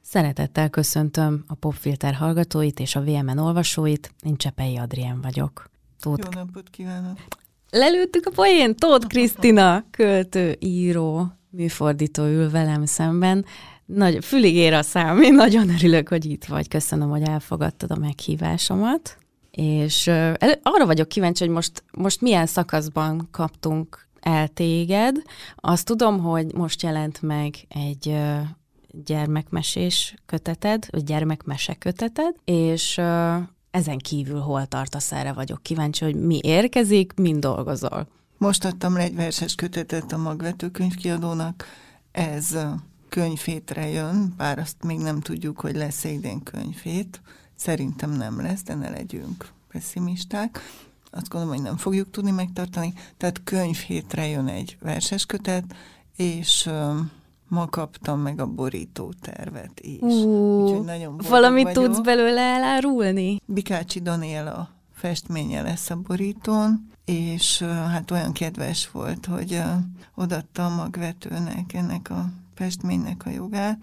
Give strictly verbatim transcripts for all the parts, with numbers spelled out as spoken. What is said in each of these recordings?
Szeretettel köszöntöm a Popfilter hallgatóit és a vé em en olvasóit. Én Csepei Adrián vagyok. Tóth... Jó napot kívánok! Lelőttük a poén! Tóth Krisztina, költő, író, műfordító ül velem szemben. Nagy, fülig ér a szám, én nagyon örülök, hogy itt vagy. Köszönöm, hogy elfogadtad a meghívásomat. És uh, arra vagyok kíváncsi, hogy most, most milyen szakaszban kaptunk el téged. Azt tudom, hogy most jelent meg egy... Uh, gyermekmesés köteted, vagy gyermekmese köteted, és uh, ezen kívül hol tartasz, erre vagyok kíváncsi, hogy mi érkezik, mind dolgozol. Most adtam le egy verses kötetet a Magvető könyvkiadónak, ez uh, könyvhétre jön, bár azt még nem tudjuk, hogy lesz-e idén könyvhét. Szerintem nem lesz, de ne legyünk pessimisták. Azt gondolom, hogy nem fogjuk tudni megtartani. Tehát könyvhétre jön egy verses kötet, és... Uh, ma kaptam meg a borító tervet is. Uh, valamit vagyok. Tudsz belőle elárulni? Bikácsi Daniela festménye lesz a borítón, és uh, hát olyan kedves volt, hogy uh, odaadta a Magvetőnek ennek a festménynek a jogát.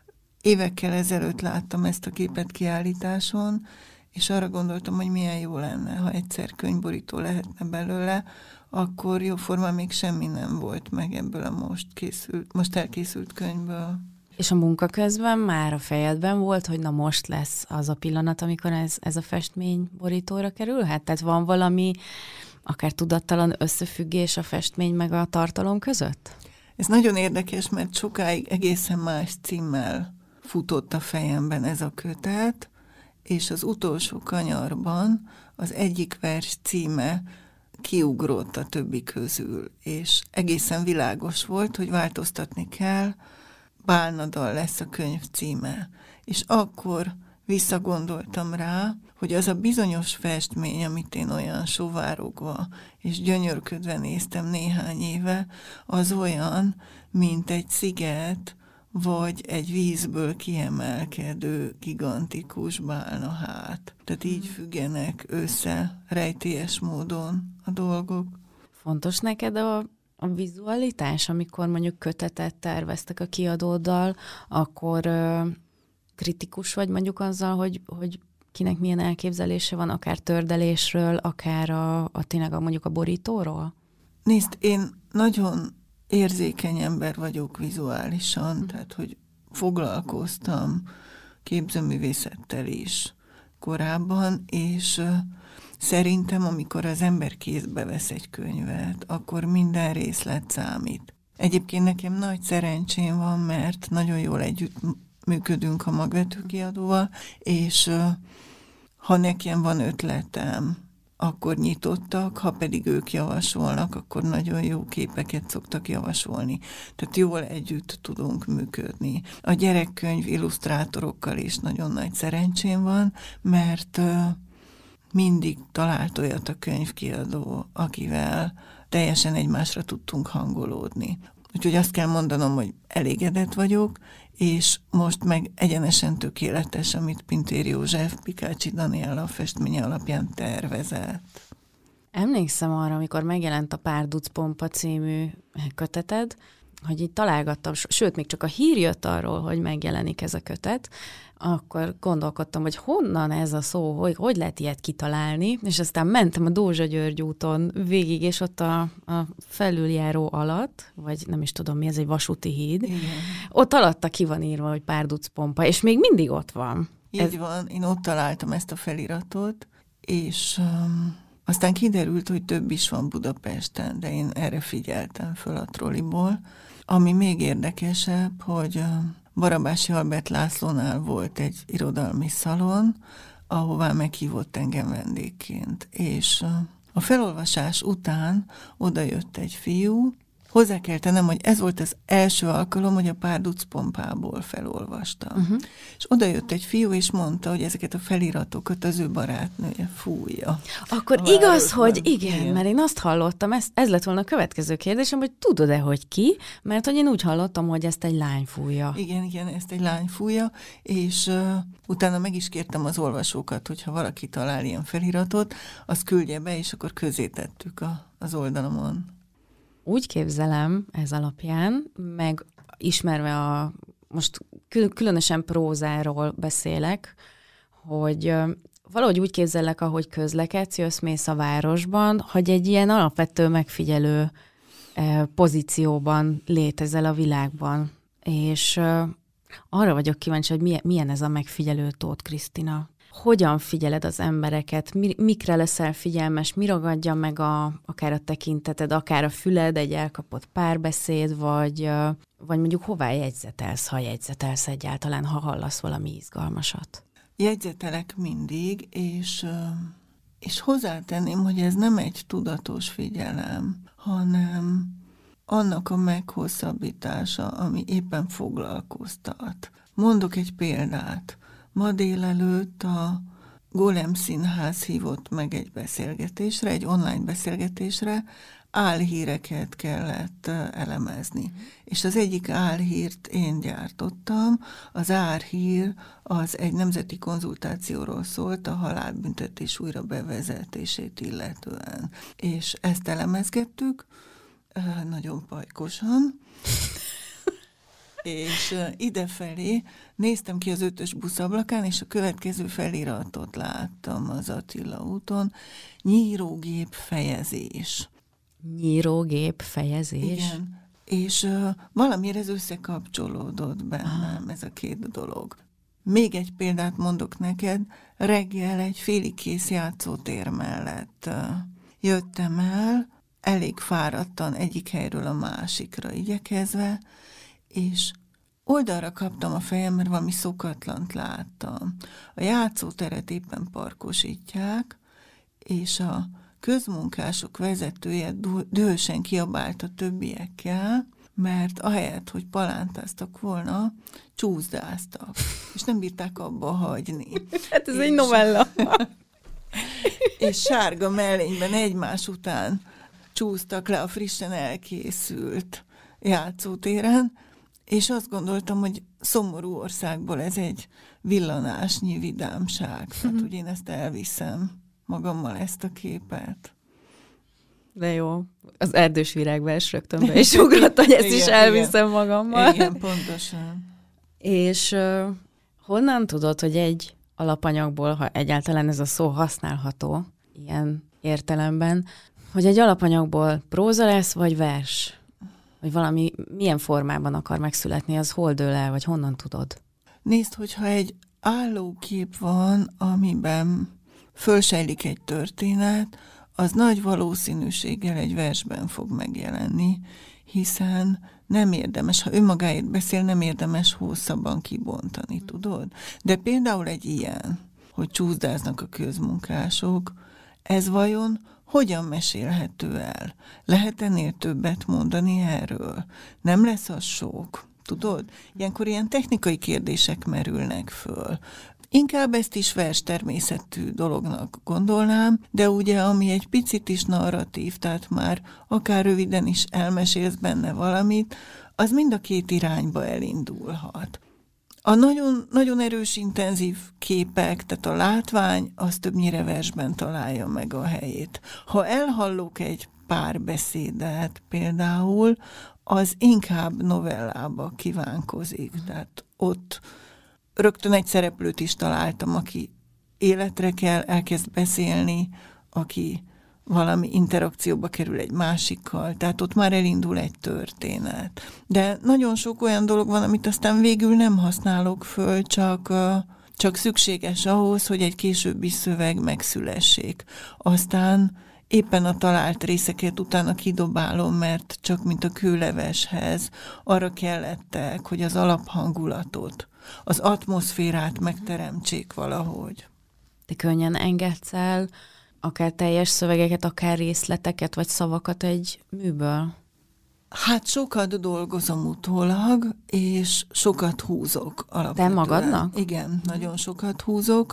Évekkel ezelőtt láttam ezt a képet kiállításon, és arra gondoltam, hogy milyen jó lenne, ha egyszer könyvborító lehetne belőle, akkor jóformán még semmi nem volt meg ebből a most, készült, most elkészült könyvből. És a munka közben már a fejedben volt, hogy na most lesz az a pillanat, amikor ez, ez a festmény borítóra kerülhet? Tehát van valami akár tudattalan összefüggés a festmény meg a tartalom között? Ez nagyon érdekes, mert sokáig egészen más címmel futott a fejemben ez a kötet, és az utolsó kanyarban az egyik vers címe kiugrott a többi közül, és egészen világos volt, hogy változtatni kell, Bálnadal lesz a könyv címe. És akkor visszagondoltam rá, hogy az a bizonyos festmény, amit én olyan sovárogva és gyönyörködve néztem néhány éve, az olyan, mint egy sziget, vagy egy vízből kiemelkedő gigantikus bálnahát. Tehát így függenek össze rejtélyes módon a dolgok. Fontos neked a, a vizualitás, amikor mondjuk kötetet terveztek a kiadóddal, akkor ö, kritikus vagy mondjuk azzal, hogy, hogy kinek milyen elképzelése van, akár tördelésről, akár a, a tényleg a, mondjuk a borítóról? Nézd, én nagyon érzékeny ember vagyok vizuálisan, mm. tehát, hogy foglalkoztam képzőművészettel is korábban, és uh, szerintem, amikor az ember kézbe vesz egy könyvet, akkor minden részlet számít. Egyébként nekem nagy szerencsém van, mert nagyon jól együtt működünk a Magvető kiadóval, és uh, ha nekem van ötletem, akkor nyitottak, ha pedig ők javasolnak, akkor nagyon jó képeket szoktak javasolni. Tehát jól együtt tudunk működni. A gyerekkönyv illusztrátorokkal is nagyon nagy szerencsém van, mert uh, mindig talált olyat a könyvkiadó, akivel teljesen egymásra tudtunk hangolódni. Úgyhogy azt kell mondanom, hogy elégedett vagyok, és most meg egyenesen tökéletes, amit Pintér József Bikácsi Daniela festménye alapján tervezett. Emlékszem arra, amikor megjelent a Párduc Pompa című köteted, hogy így találgattam, sőt, még csak a hír jött arról, hogy megjelenik ez a kötet, akkor gondolkodtam, hogy honnan ez a szó, hogy, hogy lehet ilyet kitalálni, és aztán mentem a Dózsa György úton végig, és ott a, a felüljáró alatt, vagy nem is tudom mi, ez egy vasúti híd, igen. Ott alatta ki van írva, hogy Párduc Pompa, és még mindig ott van. Így ez... van, én ott találtam ezt a feliratot, és um, aztán kiderült, hogy több is van Budapesten, de én erre figyeltem föl a trolliból. Ami még érdekesebb, hogy um, Barabási Albert Lászlónál volt egy irodalmi szalon, ahová meghívott engem vendégként. És a felolvasás után odajött egy fiú. Hozzá kell tennem, hogy ez volt az első alkalom, hogy a Párduc Pompából felolvastam. Uh-huh. És odajött egy fiú, és mondta, hogy ezeket a feliratokat az ő barátnője fújja. Akkor igaz, hogy igen, igen, mert én azt hallottam, ez, ez lett volna a következő kérdésem, hogy tudod-e, hogy ki? Mert hogy én úgy hallottam, hogy ezt egy lány fújja. Igen, igen, ezt egy lány fújja, és uh, utána meg is kértem az olvasókat, hogyha valaki talál ilyen feliratot, azt küldje be, és akkor közé tettük a, az oldalamon. Úgy képzelem ez alapján, meg ismerve a, most kül- különösen prózáról beszélek, hogy valahogy úgy képzellek, ahogy közlekedsz, jössz, mész a városban, hogy egy ilyen alapvető megfigyelő pozícióban létezel a világban. És arra vagyok kíváncsi, hogy milyen, milyen ez a megfigyelő Tóth Krisztina. Hogyan figyeled az embereket, mi, mikre leszel figyelmes, mi ragadja meg a, akár a tekinteted, akár a füled, egy elkapott párbeszéd, vagy, vagy mondjuk hová jegyzetelsz, ha jegyzetelsz egyáltalán, ha hallasz valami izgalmasat? Jegyzetelek mindig, és, és hozzátenném, hogy ez nem egy tudatos figyelem, hanem annak a meghosszabbítása, ami éppen foglalkoztat. Mondok egy példát. Ma délelőtt a Golem Színház hívott meg egy beszélgetésre, egy online beszélgetésre, álhíreket kellett elemezni. És az egyik álhírt én gyártottam, az álhír az egy nemzeti konzultációról szólt a halálbüntetés újra bevezetését illetően. És ezt elemezgettük, nagyon pajkosan, és idefelé néztem ki az ötös buszablakán, és a következő feliratot láttam az Attila úton, nyírógép fejezés. Nyírógép fejezés? Igen, és uh, valamiért ez összekapcsolódott bennem, ah. ez a két dolog. Még egy példát mondok neked, reggel egy félig kész játszótér mellett uh, jöttem el, elég fáradtan egyik helyről a másikra igyekezve, és oldalra kaptam a fejem, mert valami szokatlant láttam. A játszóteret éppen parkosítják, és a közmunkások vezetője dühösen kiabált a többiekkel, mert ahelyett, hogy palántáztak volna, csúszdáztak, és nem bírták abba hagyni. Hát ez és, egy novella. És sárga mellényben egymás után csúsztak le a frissen elkészült játszótéren, és azt gondoltam, hogy szomorú országból ez egy villanásnyi vidámság. Tehát, hogy én ezt elviszem magammal, ezt a képet. De jó. Az erdős virágvers rögtön be is ugrott, hogy ezt igen, is elviszem igen. magammal. Igen, pontosan. És uh, honnan tudod, hogy egy alapanyagból, ha egyáltalán ez a szó használható ilyen értelemben, hogy egy alapanyagból próza lesz, vagy vers? Vagy valami, milyen formában akar megszületni, az hol dől el, vagy honnan tudod? Nézd, hogyha egy állókép van, amiben fölsejlik egy történet, az nagy valószínűséggel egy versben fog megjelenni, hiszen nem érdemes, ha önmagáért beszél, nem érdemes hosszabban kibontani, tudod? De például egy ilyen, hogy csúszdáznak a közmunkások, ez vajon hogyan mesélhető el? Lehet ennél többet mondani erről? Nem lesz az sok, tudod? Ilyenkor ilyen technikai kérdések merülnek föl. Inkább ezt is vers természetű dolognak gondolnám, de ugye ami egy picit is narratív, tehát már akár röviden is elmesélsz benne valamit, az mind a két irányba elindulhat. A nagyon, nagyon erős, intenzív képek, tehát a látvány, az többnyire versben találja meg a helyét. Ha elhallok egy párbeszédet például, az inkább novellába kívánkozik. Tehát ott rögtön egy szereplőt is találtam, aki életre kell, elkezd beszélni, aki valami interakcióba kerül egy másikkal, tehát ott már elindul egy történet. De nagyon sok olyan dolog van, amit aztán végül nem használok föl, csak, csak szükséges ahhoz, hogy egy későbbi szöveg megszülessék. Aztán éppen a talált részeket utána kidobálom, mert csak mint a kőleveshez arra kellettek, hogy az alaphangulatot, az atmoszférát megteremtsék valahogy. Te könnyen engedsz el akár teljes szövegeket, akár részleteket, vagy szavakat egy műből? Hát sokat dolgozom utólag, és sokat húzok alapvetően. Te magadnak? Igen, nagyon sokat húzok.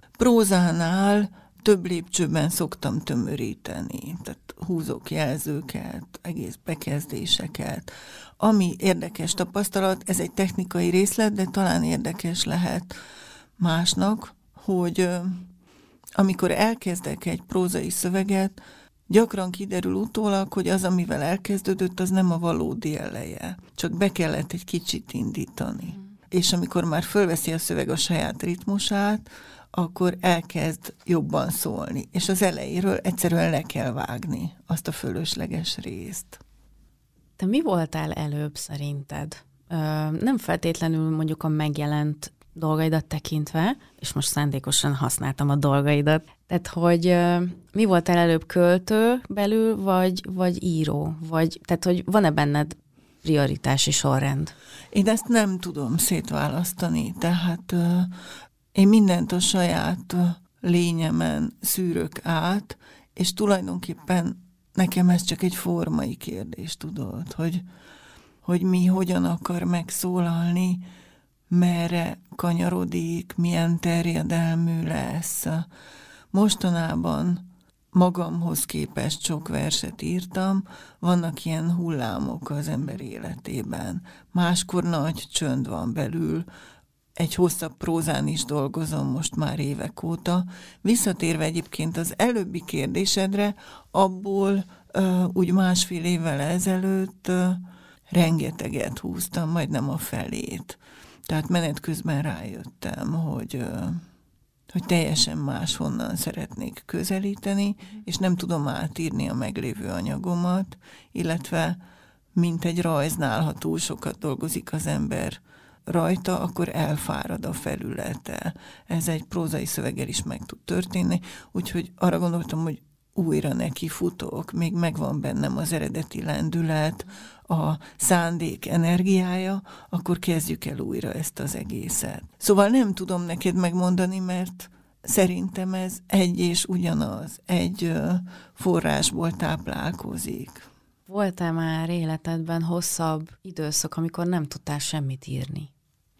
Prózánál több lépcsőben szoktam tömöríteni, tehát húzok jelzőket, egész bekezdéseket. Ami érdekes tapasztalat, ez egy technikai részlet, de talán érdekes lehet másnak, hogy amikor elkezdek egy prózai szöveget, gyakran kiderül utólag, hogy az, amivel elkezdődött, az nem a valódi eleje. Csak be kellett egy kicsit indítani. és amikor már fölveszi a szöveg a saját ritmusát, akkor elkezd jobban szólni. És az elejéről egyszerűen le kell vágni azt a fölösleges részt. Te mi voltál előbb szerinted? Ö, nem feltétlenül mondjuk a megjelent dolgaidat tekintve, és most szándékosan használtam a dolgaidat, tehát hogy ö, mi voltál előbb, költő belül, vagy, vagy író? Vagy, tehát hogy van-e benned prioritási sorrend? Én ezt nem tudom szétválasztani, tehát ö, én mindent a saját lényemen szűrök át, és tulajdonképpen nekem ez csak egy formai kérdés, tudod, hogy, hogy mi hogyan akar megszólalni, merre kanyarodik, milyen terjedelmű lesz. Mostanában magamhoz képest sok verset írtam, vannak ilyen hullámok az ember életében. Máskor nagy csönd van belül, egy hosszabb prózán is dolgozom most már évek óta. Visszatérve egyébként az előbbi kérdésedre, abból uh, úgy másfél évvel ezelőtt uh, rengeteget húztam, majdnem a felét. Tehát menet közben rájöttem, hogy, uh, hogy teljesen máshonnan szeretnék közelíteni, és nem tudom átírni a meglévő anyagomat, illetve mint egy rajznál, ha túl sokat dolgozik az ember rajta, akkor elfárad a felülete. Ez egy prózai szöveggel is meg tud történni, úgyhogy arra gondoltam, hogy újra neki futok, még megvan bennem az eredeti lendület, a szándék energiája, akkor kezdjük el újra ezt az egészet. Szóval nem tudom neked megmondani, mert szerintem ez egy és ugyanaz, egy forrásból táplálkozik. Volt-e már életedben hosszabb időszak, amikor nem tudtál semmit írni?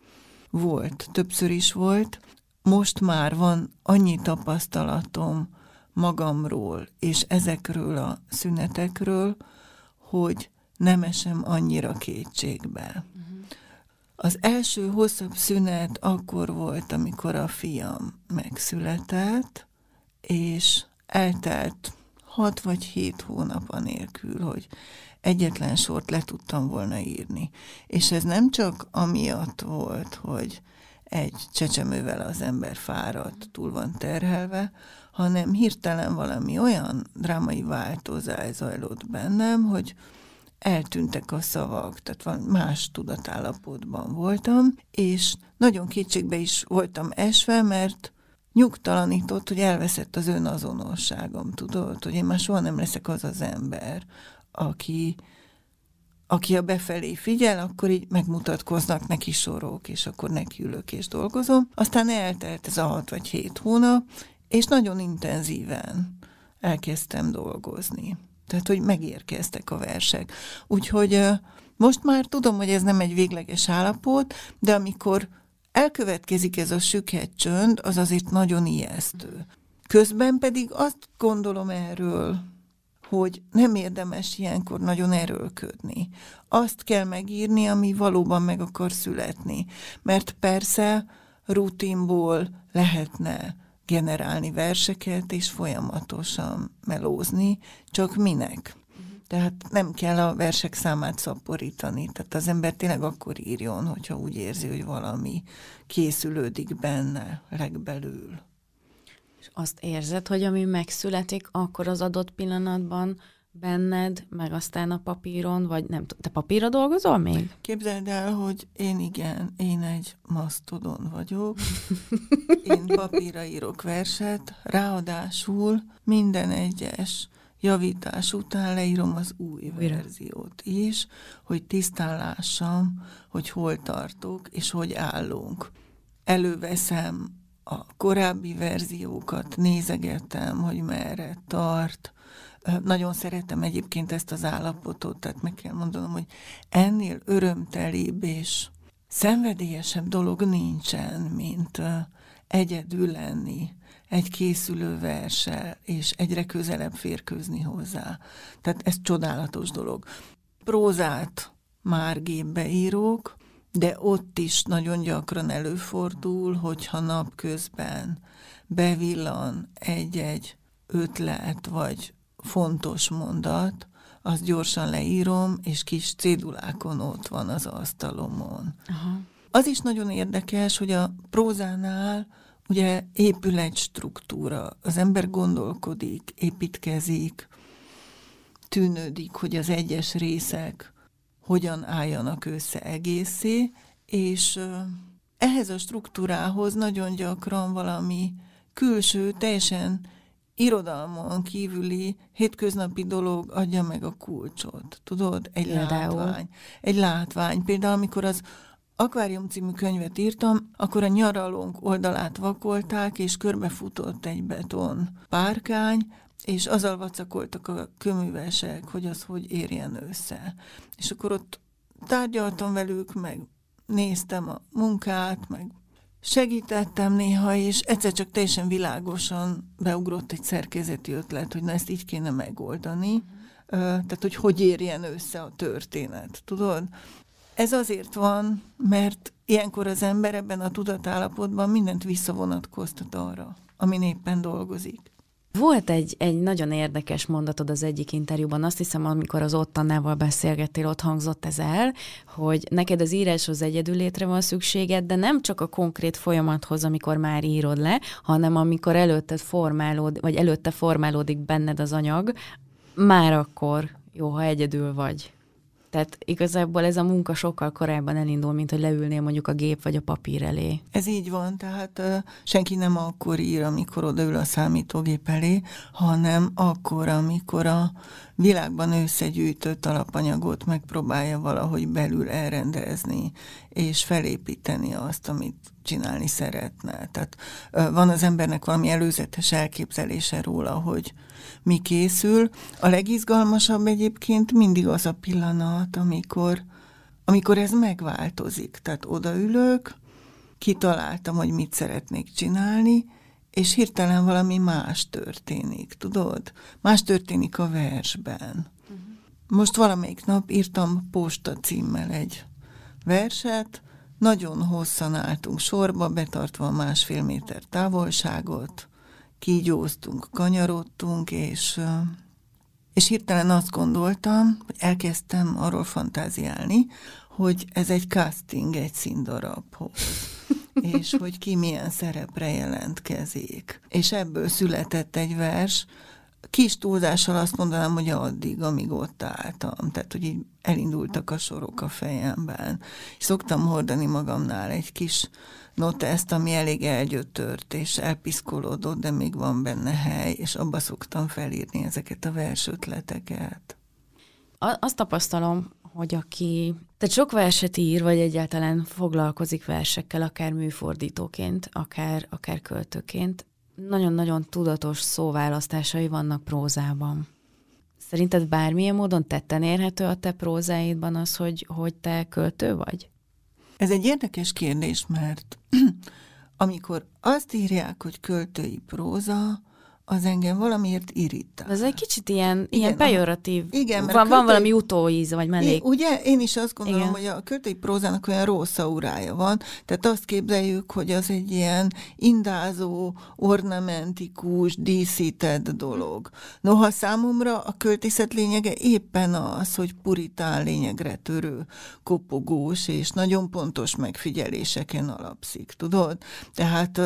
Volt, többször is volt. Most már van annyi tapasztalatom magamról és ezekről a szünetekről, hogy nem esem annyira kétségbe. Uh-huh. Az első hosszabb szünet akkor volt, amikor a fiam megszületett, és eltelt hat vagy hét hónap anélkül, hogy egyetlen sort le tudtam volna írni. És ez nem csak amiatt volt, hogy egy csecsemővel az ember fáradt, túl van terhelve, hanem hirtelen valami olyan drámai változás zajlott bennem, hogy eltűntek a szavak, tehát más tudatállapotban voltam, és nagyon kétségbe is voltam esve, mert nyugtalanított, hogy elveszett az önazonosságom, tudod, hogy én már soha nem leszek az az ember, aki, aki a befelé figyel, akkor így megmutatkoznak neki sorok, és akkor nekiülök és dolgozom. Aztán eltelt ez a hat vagy hét hónap, és nagyon intenzíven elkezdtem dolgozni. Tehát, hogy megérkeztek a versek. Úgyhogy most már tudom, hogy ez nem egy végleges állapot, de amikor elkövetkezik ez a süket csönd, az azért nagyon ijesztő. Közben pedig azt gondolom erről, hogy nem érdemes ilyenkor nagyon erőlködni. Azt kell megírni, ami valóban meg akar születni. Mert persze rutinból lehetne generálni verseket, és folyamatosan melózni, csak minek? Tehát nem kell a versek számát szaporítani. Tehát az ember tényleg akkor írjon, hogyha úgy érzi, hogy valami készülődik benne legbelül. És azt érzed, hogy ami megszületik, akkor az adott pillanatban benned, meg aztán a papíron, vagy nem tudom, te papírra dolgozol még? Képzeld el, hogy én igen, én egy masztodon vagyok. Én papírra írok verset, ráadásul minden egyes javítás után leírom az új Újra. verziót is, hogy tisztán lássam, hogy hol tartok, és hogy állunk. Előveszem a korábbi verziókat, nézegetem, hogy merre tart. Nagyon szeretem egyébként ezt az állapotot, tehát meg kell mondanom, hogy ennél örömtelibb és szenvedélyesebb dolog nincsen, mint egyedül lenni egy készülő verssel, és egyre közelebb férkőzni hozzá. Tehát ez csodálatos dolog. Prózát már gépbe írok, de ott is nagyon gyakran előfordul, hogyha napközben bevillan egy-egy ötlet, vagy fontos mondat, azt gyorsan leírom, és kis cédulákon ott van az asztalomon. Aha. Az is nagyon érdekes, hogy a prózánál ugye épül egy struktúra, az ember gondolkodik, építkezik, tűnődik, hogy az egyes részek hogyan álljanak össze egészé, és ehhez a struktúrához nagyon gyakran valami külső, teljesen irodalmon kívüli, hétköznapi dolog adja meg a kulcsot. Tudod? Egy Például. látvány. Egy látvány. Például, amikor az Akvárium című könyvet írtam, akkor a nyaralónk oldalát vakolták, és körbefutott egy beton párkány, és azzal vacakoltak a kőművesek, hogy az hogy érjen össze. És akkor ott tárgyaltam velük, meg néztem a munkát, meg segítettem néha, és egyszer csak teljesen világosan beugrott egy szerkezeti ötlet, hogy na ezt így kéne megoldani, tehát hogy hogy érjen össze a történet, tudod? Ez azért van, mert ilyenkor az ember ebben a tudatállapotban mindent visszavonatkoztat arra, amin éppen dolgozik. Volt egy, egy nagyon érdekes mondatod az egyik interjúban, azt hiszem, amikor az Ott Annával beszélgettél, ott hangzott ez el, hogy neked az íráshoz egyedüllétre van szükséged, de nem csak a konkrét folyamathoz, amikor már írod le, hanem amikor előtte formálód, vagy előtte formálódik benned az anyag, már akkor jó, ha egyedül vagy. Tehát igazából ez a munka sokkal korábban elindul, mint hogy leülnél mondjuk a gép vagy a papír elé. Ez így van, tehát uh, senki nem akkor ír, amikor odaül a számítógép elé, hanem akkor, amikor a világban összegyűjtött alapanyagot megpróbálja valahogy belül elrendezni, és felépíteni azt, amit csinálni szeretne. Tehát uh, van az embernek valami előzetes elképzelése róla, hogy mi készül. A legizgalmasabb egyébként mindig az a pillanat, amikor, amikor ez megváltozik. Tehát odaülök, kitaláltam, hogy mit szeretnék csinálni, és hirtelen valami más történik, tudod? Más történik a versben. Uh-huh. Most valamelyik nap írtam Posta címmel egy verset, nagyon hosszan álltunk sorba, betartva a másfél méter távolságot, kígyóztunk, kanyarodtunk, és, és hirtelen azt gondoltam, hogy elkezdtem arról fantáziálni, hogy ez egy casting egy színdarabhoz, és hogy ki milyen szerepre jelentkezik. És ebből született egy vers, kis túlzással azt mondanám, hogy addig, amíg ott álltam. Tehát, hogy így elindultak a sorok a fejemben. És szoktam hordani magamnál egy kis noteszt, ami elég elgyötört, és elpiszkolódott, de még van benne hely, és abba szoktam felírni ezeket a versötleteket. Azt tapasztalom, hogy aki tehát sok verset ír, vagy egyáltalán foglalkozik versekkel, akár műfordítóként, akár, akár költőként, nagyon-nagyon tudatos szóválasztásai vannak prózában. Szerinted bármilyen módon tetten érhető a te prózáidban az, hogy, hogy te költő vagy? Ez egy érdekes kérdés, mert amikor azt írják, hogy költői próza, az engem valamiért irritál. Ez egy kicsit ilyen, ilyen pejoratív. Igen, van, költői, van valami utóíz, vagy mellék. Én, ugye, én is azt gondolom, igen, hogy a költői prózának olyan rossz aurája van, tehát azt képzeljük, hogy az egy ilyen indázó, ornamentikus, díszített dolog. Noha számomra a költészet lényege éppen az, hogy puritán lényegre törő, kopogós és nagyon pontos megfigyeléseken alapszik, tudod? Tehát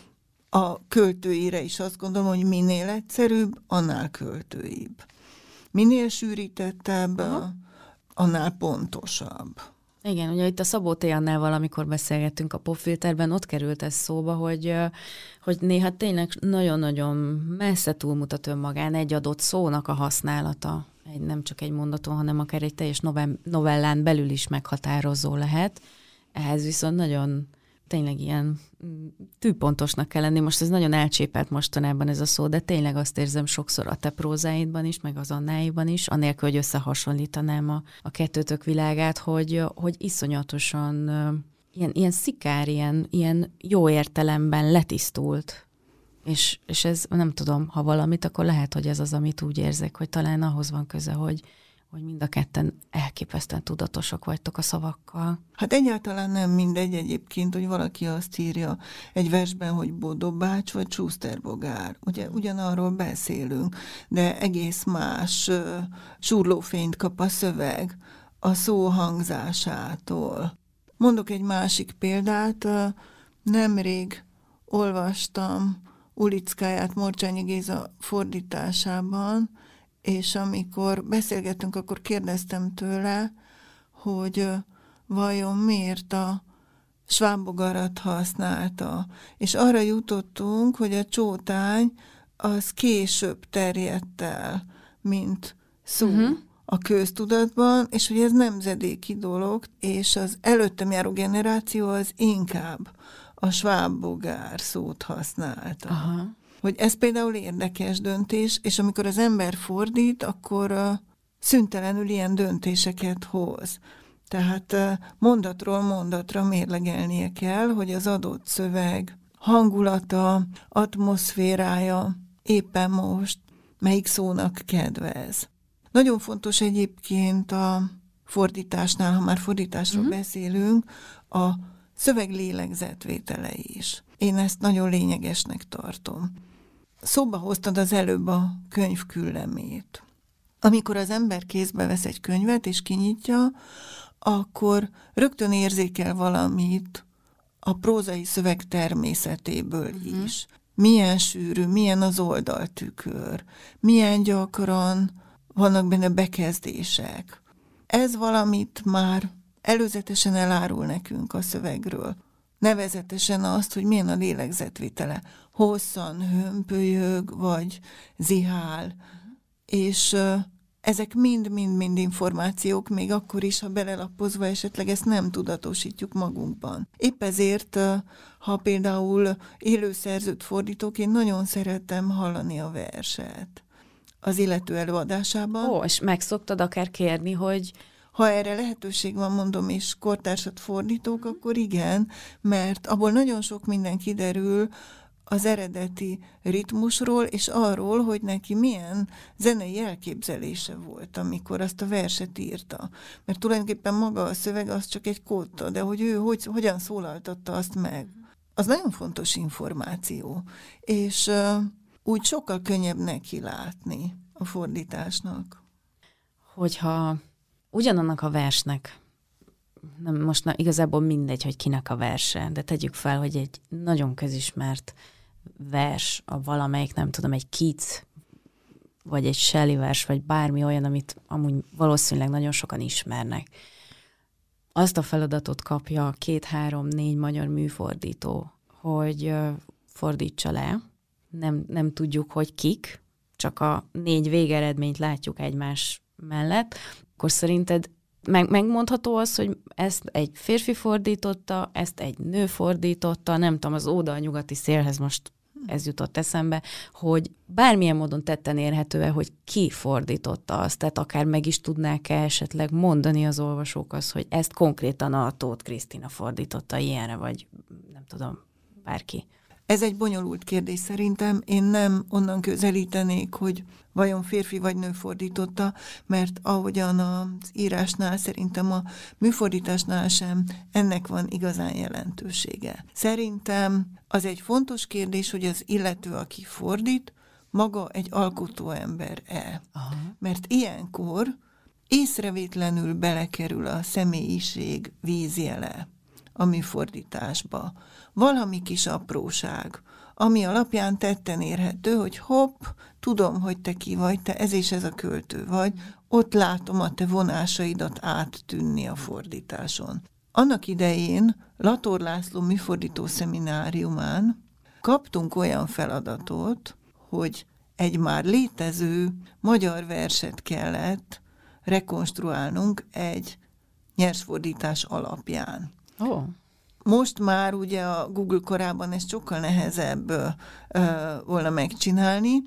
a költőire is azt gondolom, hogy minél egyszerűbb, annál költőibb. Minél sűrítettebb, uh-huh. annál pontosabb. Igen, ugye itt a Szabó T. Annával, amikor beszélgettünk a Popfilterben, ott került ez szóba, hogy, hogy néha tényleg nagyon-nagyon messze túlmutat önmagán egy adott szónak a használata. Egy, nem csak egy mondaton, hanem akár egy teljes novellán belül is meghatározó lehet. Ehhez viszont nagyon tényleg ilyen tűpontosnak kell lenni. Most ez nagyon elcsépelt mostanában ez a szó, de tényleg azt érzem sokszor a te prózáidban is, meg az Annáiban is, anélkül, hogy összehasonlítanám a, a kettőtök világát, hogy, hogy iszonyatosan ilyen, ilyen szikár, ilyen, ilyen jó értelemben letisztult. És, és ez, nem tudom, ha valamit, akkor lehet, hogy ez az, amit úgy érzek, hogy talán ahhoz van köze, hogy hogy mind a ketten elképesztően tudatosak vagytok a szavakkal. Hát egyáltalán nem mindegy egyébként, hogy valaki azt írja egy versben, hogy Bodó bács vagy Schusterbogár. Ugye ugyanarról beszélünk, de egész más uh, surlófényt kap a szöveg a szó hangzásától. Mondok egy másik példát. Nemrég olvastam Ulickáját Morcsányi Géza fordításában, és amikor beszélgettünk, akkor kérdeztem tőle, hogy vajon miért a svábbogarat használta. És arra jutottunk, hogy a csótány az később terjedt el, mint szó uh-huh. a köztudatban, és hogy ez nemzedéki dolog, és az előttem járó generáció az inkább a svábbogár szót használta. Aha. Hogy ez például érdekes döntés, és amikor az ember fordít, akkor uh, szüntelenül ilyen döntéseket hoz. Tehát uh, mondatról mondatra mérlegelnie kell, hogy az adott szöveg hangulata, atmoszférája éppen most melyik szónak kedvez. Nagyon fontos egyébként a fordításnál, ha már fordításról uh-huh. beszélünk, a szöveg lélegzetvétele is. Én ezt nagyon lényegesnek tartom. Szóba hoztad az előbb a könyv küllemét. Amikor az ember kézbe vesz egy könyvet és kinyitja, akkor rögtön érzékel valamit a prózai szöveg természetéből uh-huh. is. Milyen sűrű, milyen az oldaltükör, milyen gyakran vannak benne bekezdések. Ez valamit már előzetesen elárul nekünk a szövegről. Nevezetesen azt, hogy milyen a lélegzetvétele. Hosszan hömpölyög, vagy zihál. Uh-huh. És uh, ezek mind-mind-mind információk, még akkor is, ha belelapozva esetleg ezt nem tudatosítjuk magunkban. Épp ezért, uh, ha például élőszerzőt fordítok, én nagyon szeretem hallani a verset az illető előadásában. Ó, és meg szoktad akár kérni, hogy... Ha erre lehetőség van, mondom, és kortársat fordítók, akkor igen, mert abból nagyon sok minden kiderül az eredeti ritmusról, és arról, hogy neki milyen zenei elképzelése volt, amikor azt a verset írta. Mert tulajdonképpen maga a szöveg az csak egy kódta, de hogy ő hogy, hogyan szólaltatta azt meg, az nagyon fontos információ. És uh, úgy sokkal könnyebb neki látni a fordításnak. Hogyha ugyanannak a versnek, nem, most na, igazából mindegy, hogy kinek a verse, de tegyük fel, hogy egy nagyon közismert vers, a valamelyik, nem tudom, egy Keats, vagy egy Shelley vers, vagy bármi olyan, amit amúgy valószínűleg nagyon sokan ismernek. Azt a feladatot kapja két-három-négy magyar műfordító, hogy fordítsa le. Nem, nem tudjuk, hogy kik, csak a négy végeredményt látjuk egymás mellett. Akkor szerinted meg, megmondható az, hogy ezt egy férfi fordította, ezt egy nő fordította, nem tudom, az Óda a nyugati szélhez most ez jutott eszembe, hogy bármilyen módon tetten érhető-e, hogy ki fordította azt, tehát akár meg is tudnák-e esetleg mondani az olvasók azt, hogy ezt konkrétan a Tóth Krisztina fordította ilyenre, vagy nem tudom, bárki. Ez egy bonyolult kérdés szerintem. Én nem onnan közelítenék, hogy vajon férfi vagy nő fordította, mert ahogyan az írásnál, szerintem a műfordításnál sem ennek van igazán jelentősége. Szerintem az egy fontos kérdés, hogy az illető, aki fordít, maga egy alkotóember-e. Aha. Mert ilyenkor észrevétlenül belekerül a személyiség vízjele a műfordításba. Valami kis apróság, ami alapján tetten érhető, hogy hopp, tudom, hogy te ki vagy, te ez és ez a költő vagy, ott látom a te vonásaidat áttűnni a fordításon. Annak idején Lator László műfordító szemináriumán kaptunk olyan feladatot, hogy egy már létező magyar verset kellett rekonstruálnunk egy nyersfordítás alapján. Oh. Most már ugye a Google korában ez sokkal nehezebb ö, ö, volna megcsinálni,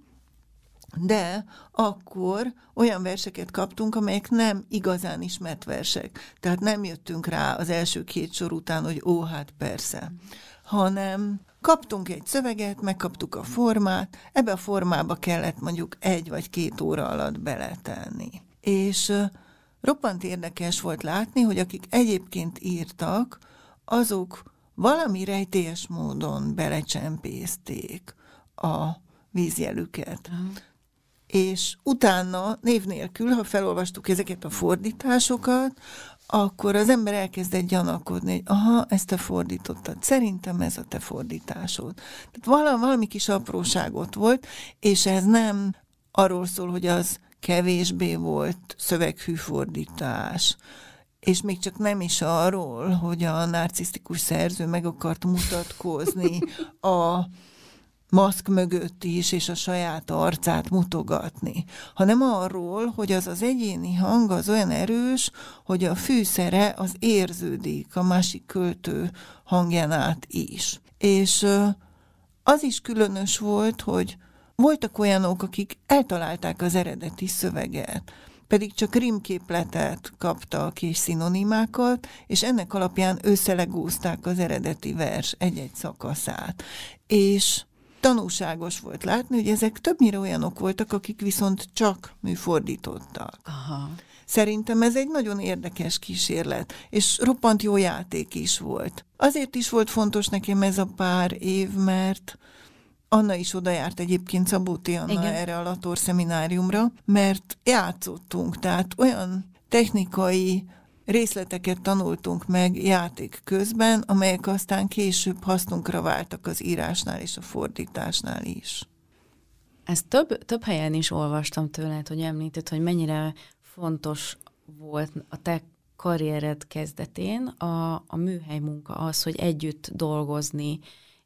de akkor olyan verseket kaptunk, amelyek nem igazán ismert versek. Tehát nem jöttünk rá az első két sor után, hogy ó, hát persze, hanem kaptunk egy szöveget, megkaptuk a formát, ebbe a formába kellett mondjuk egy vagy két óra alatt beletenni. És ö, roppant érdekes volt látni, hogy akik egyébként írtak, azok valami rejtélyes módon belecsempészték a vízjelüket. Uh-huh. És utána név nélkül, ha felolvastuk ezeket a fordításokat, akkor az ember elkezdett gyanakodni, hogy aha, ezt te fordítottad, szerintem ez a te fordításod. Tehát valami, valami kis apróságot volt, és ez nem arról szól, hogy az kevésbé volt szöveghű fordítás, és még csak nem is arról, hogy a narcisztikus szerző meg akart mutatkozni a maszk mögött is, és a saját arcát mutogatni, hanem arról, hogy az az egyéni hang az olyan erős, hogy a fűszere az érződik a másik költő hangján át is. És az is különös volt, hogy voltak olyanok, akik eltalálták az eredeti szöveget, pedig csak rímképletet kaptak és szinonimákat, és ennek alapján összelegózták az eredeti vers egy-egy szakaszát. És tanúságos volt látni, hogy ezek többnyire olyanok voltak, akik viszont csak műfordítottak. Aha. Szerintem ez egy nagyon érdekes kísérlet, és roppant jó játék is volt. Azért is volt fontos nekem ez a pár év, mert Anna is oda járt egyébként, Szabóti Anna, igen, erre a Lator szemináriumra, mert játszottunk, tehát olyan technikai részleteket tanultunk meg játék közben, amelyek aztán később hasznunkra váltak az írásnál és a fordításnál is. Ezt több, több helyen is olvastam tőled, hogy említed, hogy mennyire fontos volt a te karriered kezdetén a, a műhely munka, az, hogy együtt dolgozni,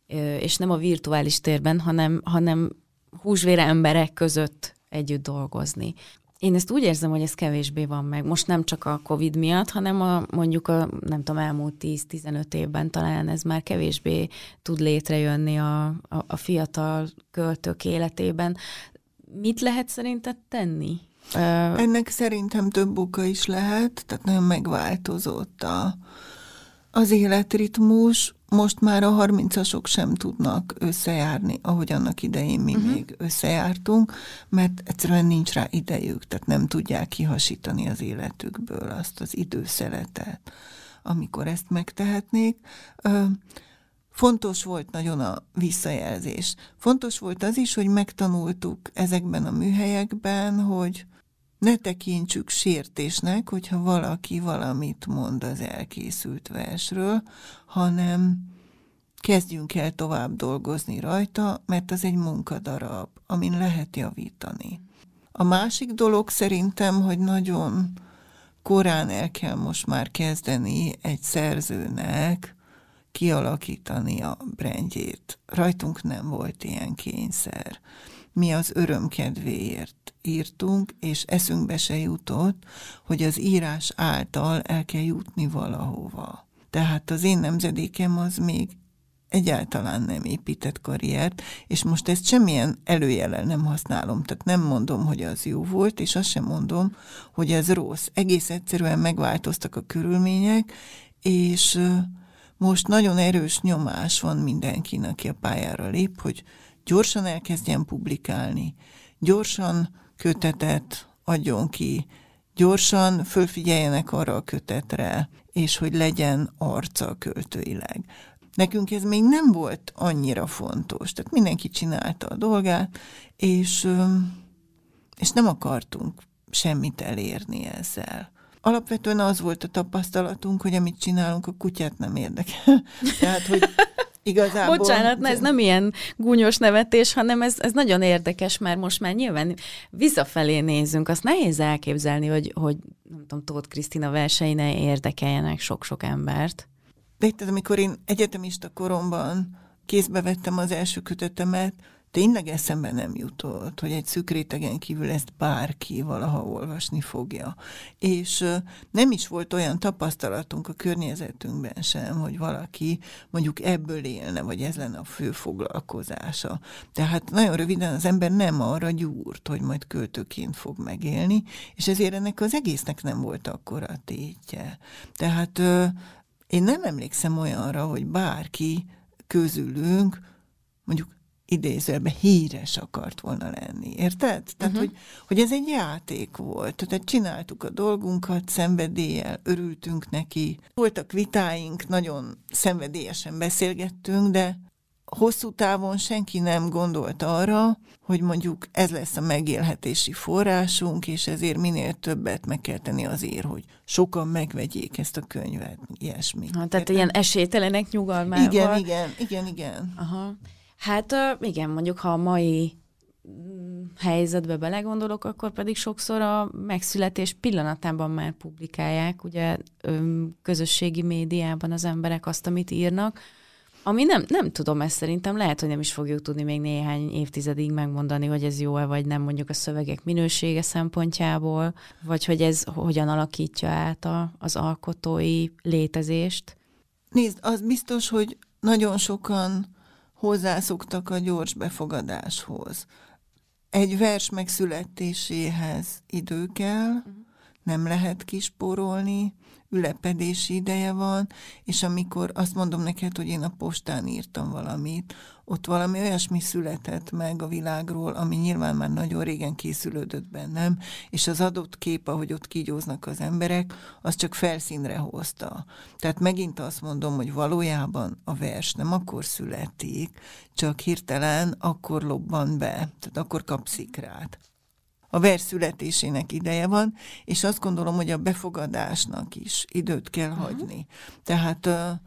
és nem a virtuális térben, hanem, hanem húsvér emberek között együtt dolgozni. Én ezt úgy érzem, hogy ez kevésbé van meg. Most nem csak a Covid miatt, hanem a, mondjuk a, nem tudom, elmúlt tíz-tizenöt évben talán ez már kevésbé tud létrejönni a, a, a fiatal költők életében. Mit lehet szerinted tenni? Ennek szerintem több oka is lehet, tehát nagyon megváltozott a, az életritmus. Most már a harmincasok sem tudnak összejárni, ahogy annak idején mi uh-huh. még összejártunk, mert egyszerűen nincs rá idejük, tehát nem tudják kihasítani az életükből azt az időszeletet, amikor ezt megtehetnék. Fontos volt nagyon a visszajelzés. Fontos volt az is, hogy megtanultuk ezekben a műhelyekben, hogy ne tekintsük sértésnek, hogyha valaki valamit mond az elkészült versről, hanem kezdjünk el tovább dolgozni rajta, mert az egy munkadarab, amin lehet javítani. A másik dolog szerintem, hogy nagyon korán el kell most már kezdeni egy szerzőnek kialakítani a brandjét. Rajtunk nem volt ilyen kényszer. Mi az öröm kedvéért írtunk, és eszünkbe se jutott, hogy az írás által el kell jutni valahova. Tehát az én nemzedékem az még egyáltalán nem épített karriert, és most ezt semmilyen előjellel nem használom, tehát nem mondom, hogy az jó volt, és azt sem mondom, hogy ez rossz. Egész egyszerűen megváltoztak a körülmények, és most nagyon erős nyomás van mindenkinek, aki a pályára lép, hogy gyorsan elkezdjen publikálni, gyorsan kötetet adjon ki, gyorsan fölfigyeljenek arra a kötetre, és hogy legyen arca költőileg. Nekünk ez még nem volt annyira fontos, tehát mindenki csinálta a dolgát, és, és nem akartunk semmit elérni ezzel. Alapvetően az volt a tapasztalatunk, hogy amit csinálunk, a kutyát nem érdekel. Tehát, hogy igazából... Bocsánat, ez nem ilyen gúnyos nevetés, hanem ez, ez nagyon érdekes, mert most már nyilván visszafelé nézünk. Azt nehéz elképzelni, hogy, hogy nem tudom, Tóth Krisztina versei ne érdekeljenek sok-sok embert. De itt, amikor én egyetemista koromban kézbe vettem az első kötetemet, tényleg eszembe nem jutott, hogy egy szűk rétegen kívül ezt bárki valaha olvasni fogja. És nem is volt olyan tapasztalatunk a környezetünkben sem, hogy valaki mondjuk ebből élne, vagy ez lenne a fő foglalkozása. Tehát nagyon röviden az ember nem arra gyúrt, hogy majd költőként fog megélni, és ezért ennek az egésznek nem volt akkora tétje. Tehát én nem emlékszem olyanra, hogy bárki közülünk mondjuk idézőben híres akart volna lenni. Érted? Tehát, uh-huh. hogy, hogy ez egy játék volt. Tehát csináltuk a dolgunkat szenvedéllyel, örültünk neki. Voltak vitáink, nagyon szenvedélyesen beszélgettünk, de hosszú távon senki nem gondolt arra, hogy mondjuk ez lesz a megélhetési forrásunk, és ezért minél többet meg kell tenni azért, hogy sokan megvegyék ezt a könyvet, ilyesmi. Ha, tehát Értem? Ilyen esélytelenek nyugalmával. Igen, igen, igen, igen. Aha. Hát igen, mondjuk ha a mai helyzetbe belegondolok, akkor pedig sokszor a megszületés pillanatában már publikálják, ugye közösségi médiában az emberek azt, amit írnak, ami nem, nem tudom ezt szerintem, lehet, hogy nem is fogjuk tudni még néhány évtizedig megmondani, hogy ez jó-e vagy nem, mondjuk a szövegek minősége szempontjából, vagy hogy ez hogyan alakítja át a, az alkotói létezést. Nézd, az biztos, hogy nagyon sokan hozzászoktak a gyors befogadáshoz. Egy vers megszületéséhez idő kell, nem lehet kispórolni, ülepedési ideje van, és amikor azt mondom neked, hogy én a postán írtam valamit, ott valami olyasmi született meg a világról, ami nyilván már nagyon régen készülődött bennem, és az adott kép, ahogy ott kígyóznak az emberek, az csak felszínre hozta. Tehát megint azt mondom, hogy valójában a vers nem akkor születik, csak hirtelen akkor lobban be, tehát akkor kap szikrát. A vers születésének ideje van, és azt gondolom, hogy a befogadásnak is időt kell uh-huh. hagyni. Tehát a,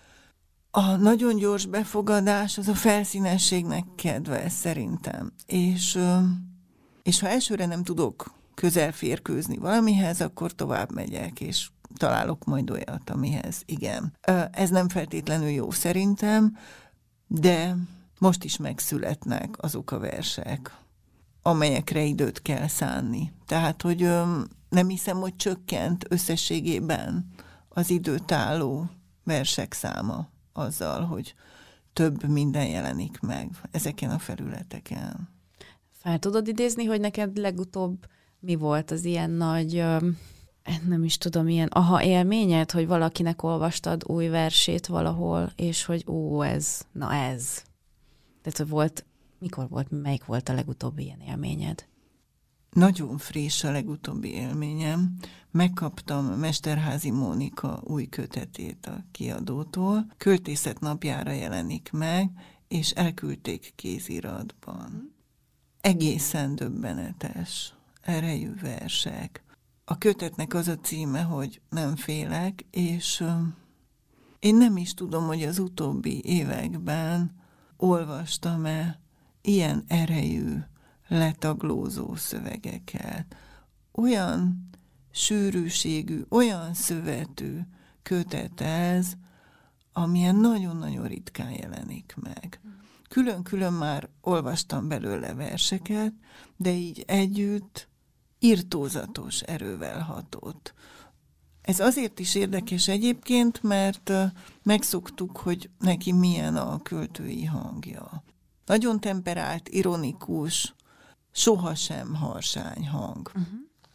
a nagyon gyors befogadás az a felszínességnek kedve, szerintem. És, és ha elsőre nem tudok közelférkőzni valamihez, akkor tovább megyek, és találok majd olyat, amihez igen. Ez nem feltétlenül jó szerintem, de most is megszületnek azok a versek, amelyekre időt kell szánni. Tehát, hogy öm, nem hiszem, hogy csökkent összességében az időtálló versek száma azzal, hogy több minden jelenik meg ezeken a felületeken. Fel tudod idézni, hogy neked legutóbb mi volt az ilyen nagy, öm, nem is tudom, ilyen aha élményed, hogy valakinek olvastad új versét valahol, és hogy ó, ez, na ez. Tehát, hogy volt Mikor volt, melyik volt a legutóbbi ilyen élményed? Nagyon friss a legutóbbi élményem. Megkaptam Mesterházy Mónika új kötetét a kiadótól. Költészet napjára jelenik meg, és elküldték kéziratban. Egészen döbbenetes, erejű versek. A kötetnek az a címe, hogy Nem félek, és uh, én nem is tudom, hogy az utóbbi években olvastam-e ilyen erejű, letaglózó szövegeket. Olyan sűrűségű, olyan szövetű kötet ez, amilyen nagyon-nagyon ritkán jelenik meg. Külön-külön már olvastam belőle verseket, de így együtt irtózatos erővel hatott. Ez azért is érdekes egyébként, mert megszoktuk, hogy neki milyen a költői hangja. Nagyon temperált, ironikus, sohasem harsány hang. Uh-huh.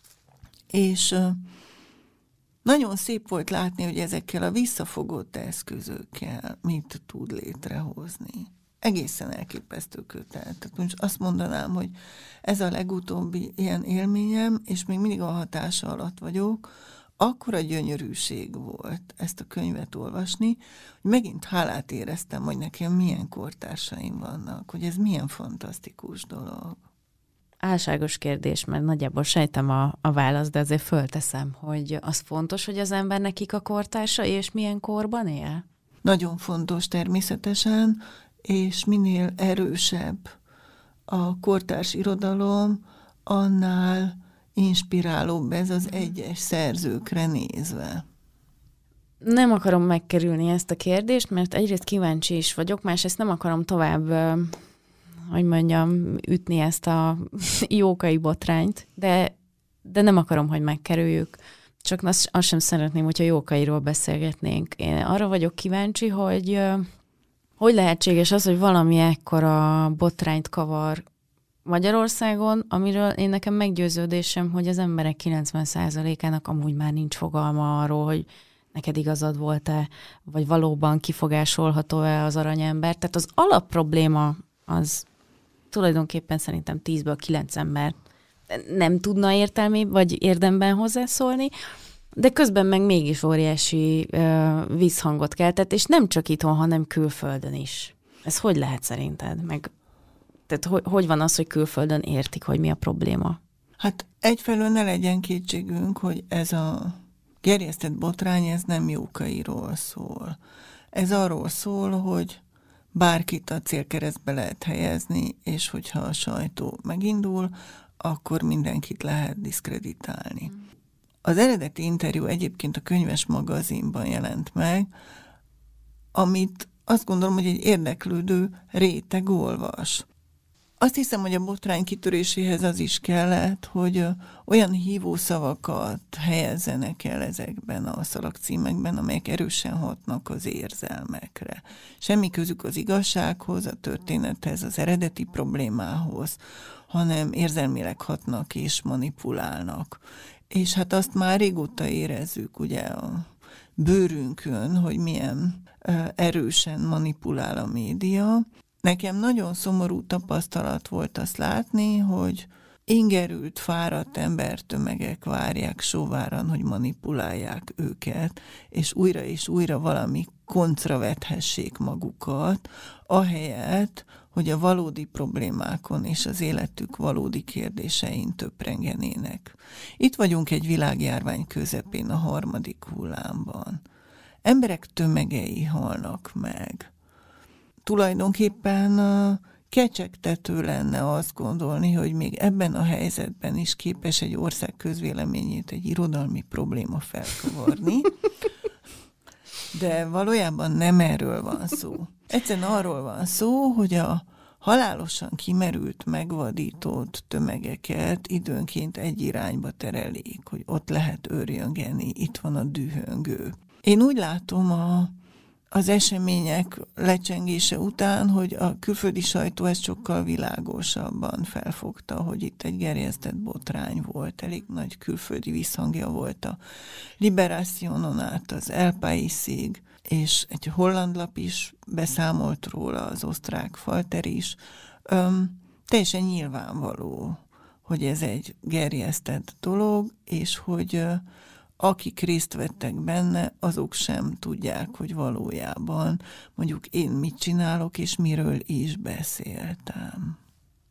És uh, nagyon szép volt látni, hogy ezekkel a visszafogott eszközökkel mit tud létrehozni. Egészen elképesztő kötet. Tehát most azt mondanám, hogy ez a legutóbbi ilyen élményem, és még mindig a hatása alatt vagyok, akkora gyönyörűség volt ezt a könyvet olvasni, hogy megint hálát éreztem, hogy nekem milyen kortársaim vannak, hogy ez milyen fantasztikus dolog. Álságos kérdés, mert nagyjából sejtem a, a választ, de azért fölteszem, hogy az fontos, hogy az ember nekik a kortársa, és milyen korban él? Nagyon fontos természetesen, és minél erősebb a kortárs irodalom, annál inspirálóbb ez az egyes szerzőkre nézve. Nem akarom megkerülni ezt a kérdést, mert egyrészt kíváncsi is vagyok, másrészt nem akarom tovább, hogy mondjam, ütni ezt a jókai botrányt, de, de nem akarom, hogy megkerüljük. Csak azt, azt sem szeretném, hogyha jókairól beszélgetnénk. Én arra vagyok kíváncsi, hogy hogy lehetséges az, hogy valami ekkora botrányt kavar Magyarországon, amiről én nekem meggyőződésem, hogy az emberek kilencven százalékának amúgy már nincs fogalma arról, hogy neked igazad volt-e, vagy valóban kifogásolható-e az aranyember. Tehát az alapprobléma az tulajdonképpen szerintem tízből kilenc ember nem tudna értelmi, vagy érdemben hozzászólni, de közben meg mégis óriási uh, vízhangot keltett, és nem csak itthon, hanem külföldön is. Ez hogy lehet szerinted? Meg, tehát hogy, hogy van az, hogy külföldön értik, hogy mi a probléma? Hát egyfelől ne legyen kétségünk, hogy ez a gerjesztett botrány, ez nem Jókairól szól. Ez arról szól, hogy bárkit a célkeresztbe lehet helyezni, és hogyha a sajtó megindul, akkor mindenkit lehet diszkreditálni. Az eredeti interjú egyébként a Könyves magazinban jelent meg, amit azt gondolom, hogy egy érdeklődő réteg olvas. Azt hiszem, hogy a botrány kitöréséhez az is kellett, hogy olyan hívószavakat helyezzenek el ezekben a szalagcímekben, amelyek erősen hatnak az érzelmekre. Semmi közük az igazsághoz, a történethez, az eredeti problémához, hanem érzelmileg hatnak és manipulálnak. És hát azt már régóta érezzük, ugye a bőrünkön, hogy milyen erősen manipulál a média. Nekem nagyon szomorú tapasztalat volt azt látni, hogy ingerült, fáradt embertömegek várják sóváran, hogy manipulálják őket, és újra és újra valami koncra vethessék magukat, ahelyett, hogy a valódi problémákon és az életük valódi kérdésein töprengenének. Itt vagyunk egy világjárvány közepén, a harmadik hullámban. Emberek tömegei halnak meg. Tulajdonképpen kecsegtető lenne azt gondolni, hogy még ebben a helyzetben is képes egy ország közvéleményét egy irodalmi probléma felkavarni, de valójában nem erről van szó. Egyszerűen arról van szó, hogy a halálosan kimerült, megvadított tömegeket időnként egy irányba terelik, hogy ott lehet őrjöngeni, itt van a dühöngő. Én úgy látom a az események lecsengése után, hogy a külföldi sajtó ezt sokkal világosabban felfogta, hogy itt egy gerjesztett botrány volt, elég nagy külföldi visszhangja volt a Liberationon át az El Paisig, és egy holland lap is beszámolt róla, az osztrák Falter is. Öm, teljesen nyilvánvaló, hogy ez egy gerjesztett dolog, és hogy akik részt vettek benne, azok sem tudják, hogy valójában mondjuk én mit csinálok, és miről is beszéltem.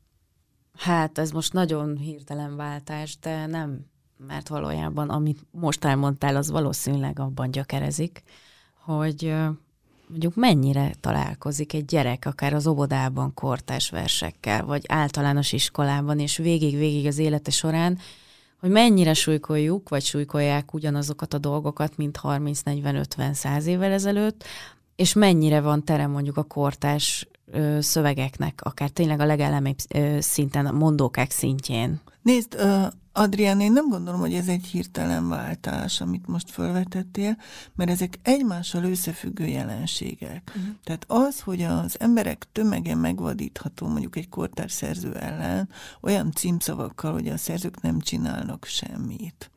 Hát ez most nagyon hirtelen váltás, de nem, mert valójában amit most elmondtál, az valószínűleg abban gyökerezik, hogy mondjuk mennyire találkozik egy gyerek, akár az óvodában kortárs versekkel, vagy általános iskolában, és végig-végig az élete során, hogy mennyire súlykoljuk, vagy súlykolják ugyanazokat a dolgokat, mint harminc, negyven, ötven, száz évvel ezelőtt, és mennyire van tere mondjuk a kortárs ö, szövegeknek, akár tényleg a legelemibb ö, szinten, a mondókák szintjén. Nézd, uh, Adrián, én nem gondolom, hogy ez egy hirtelen váltás, amit most felvetettél, mert ezek egymással összefüggő jelenségek. Uh-huh. Tehát az, hogy az emberek tömege megvadítható mondjuk egy kortárs szerző ellen, olyan címszavakkal, hogy a szerzők nem csinálnak semmit.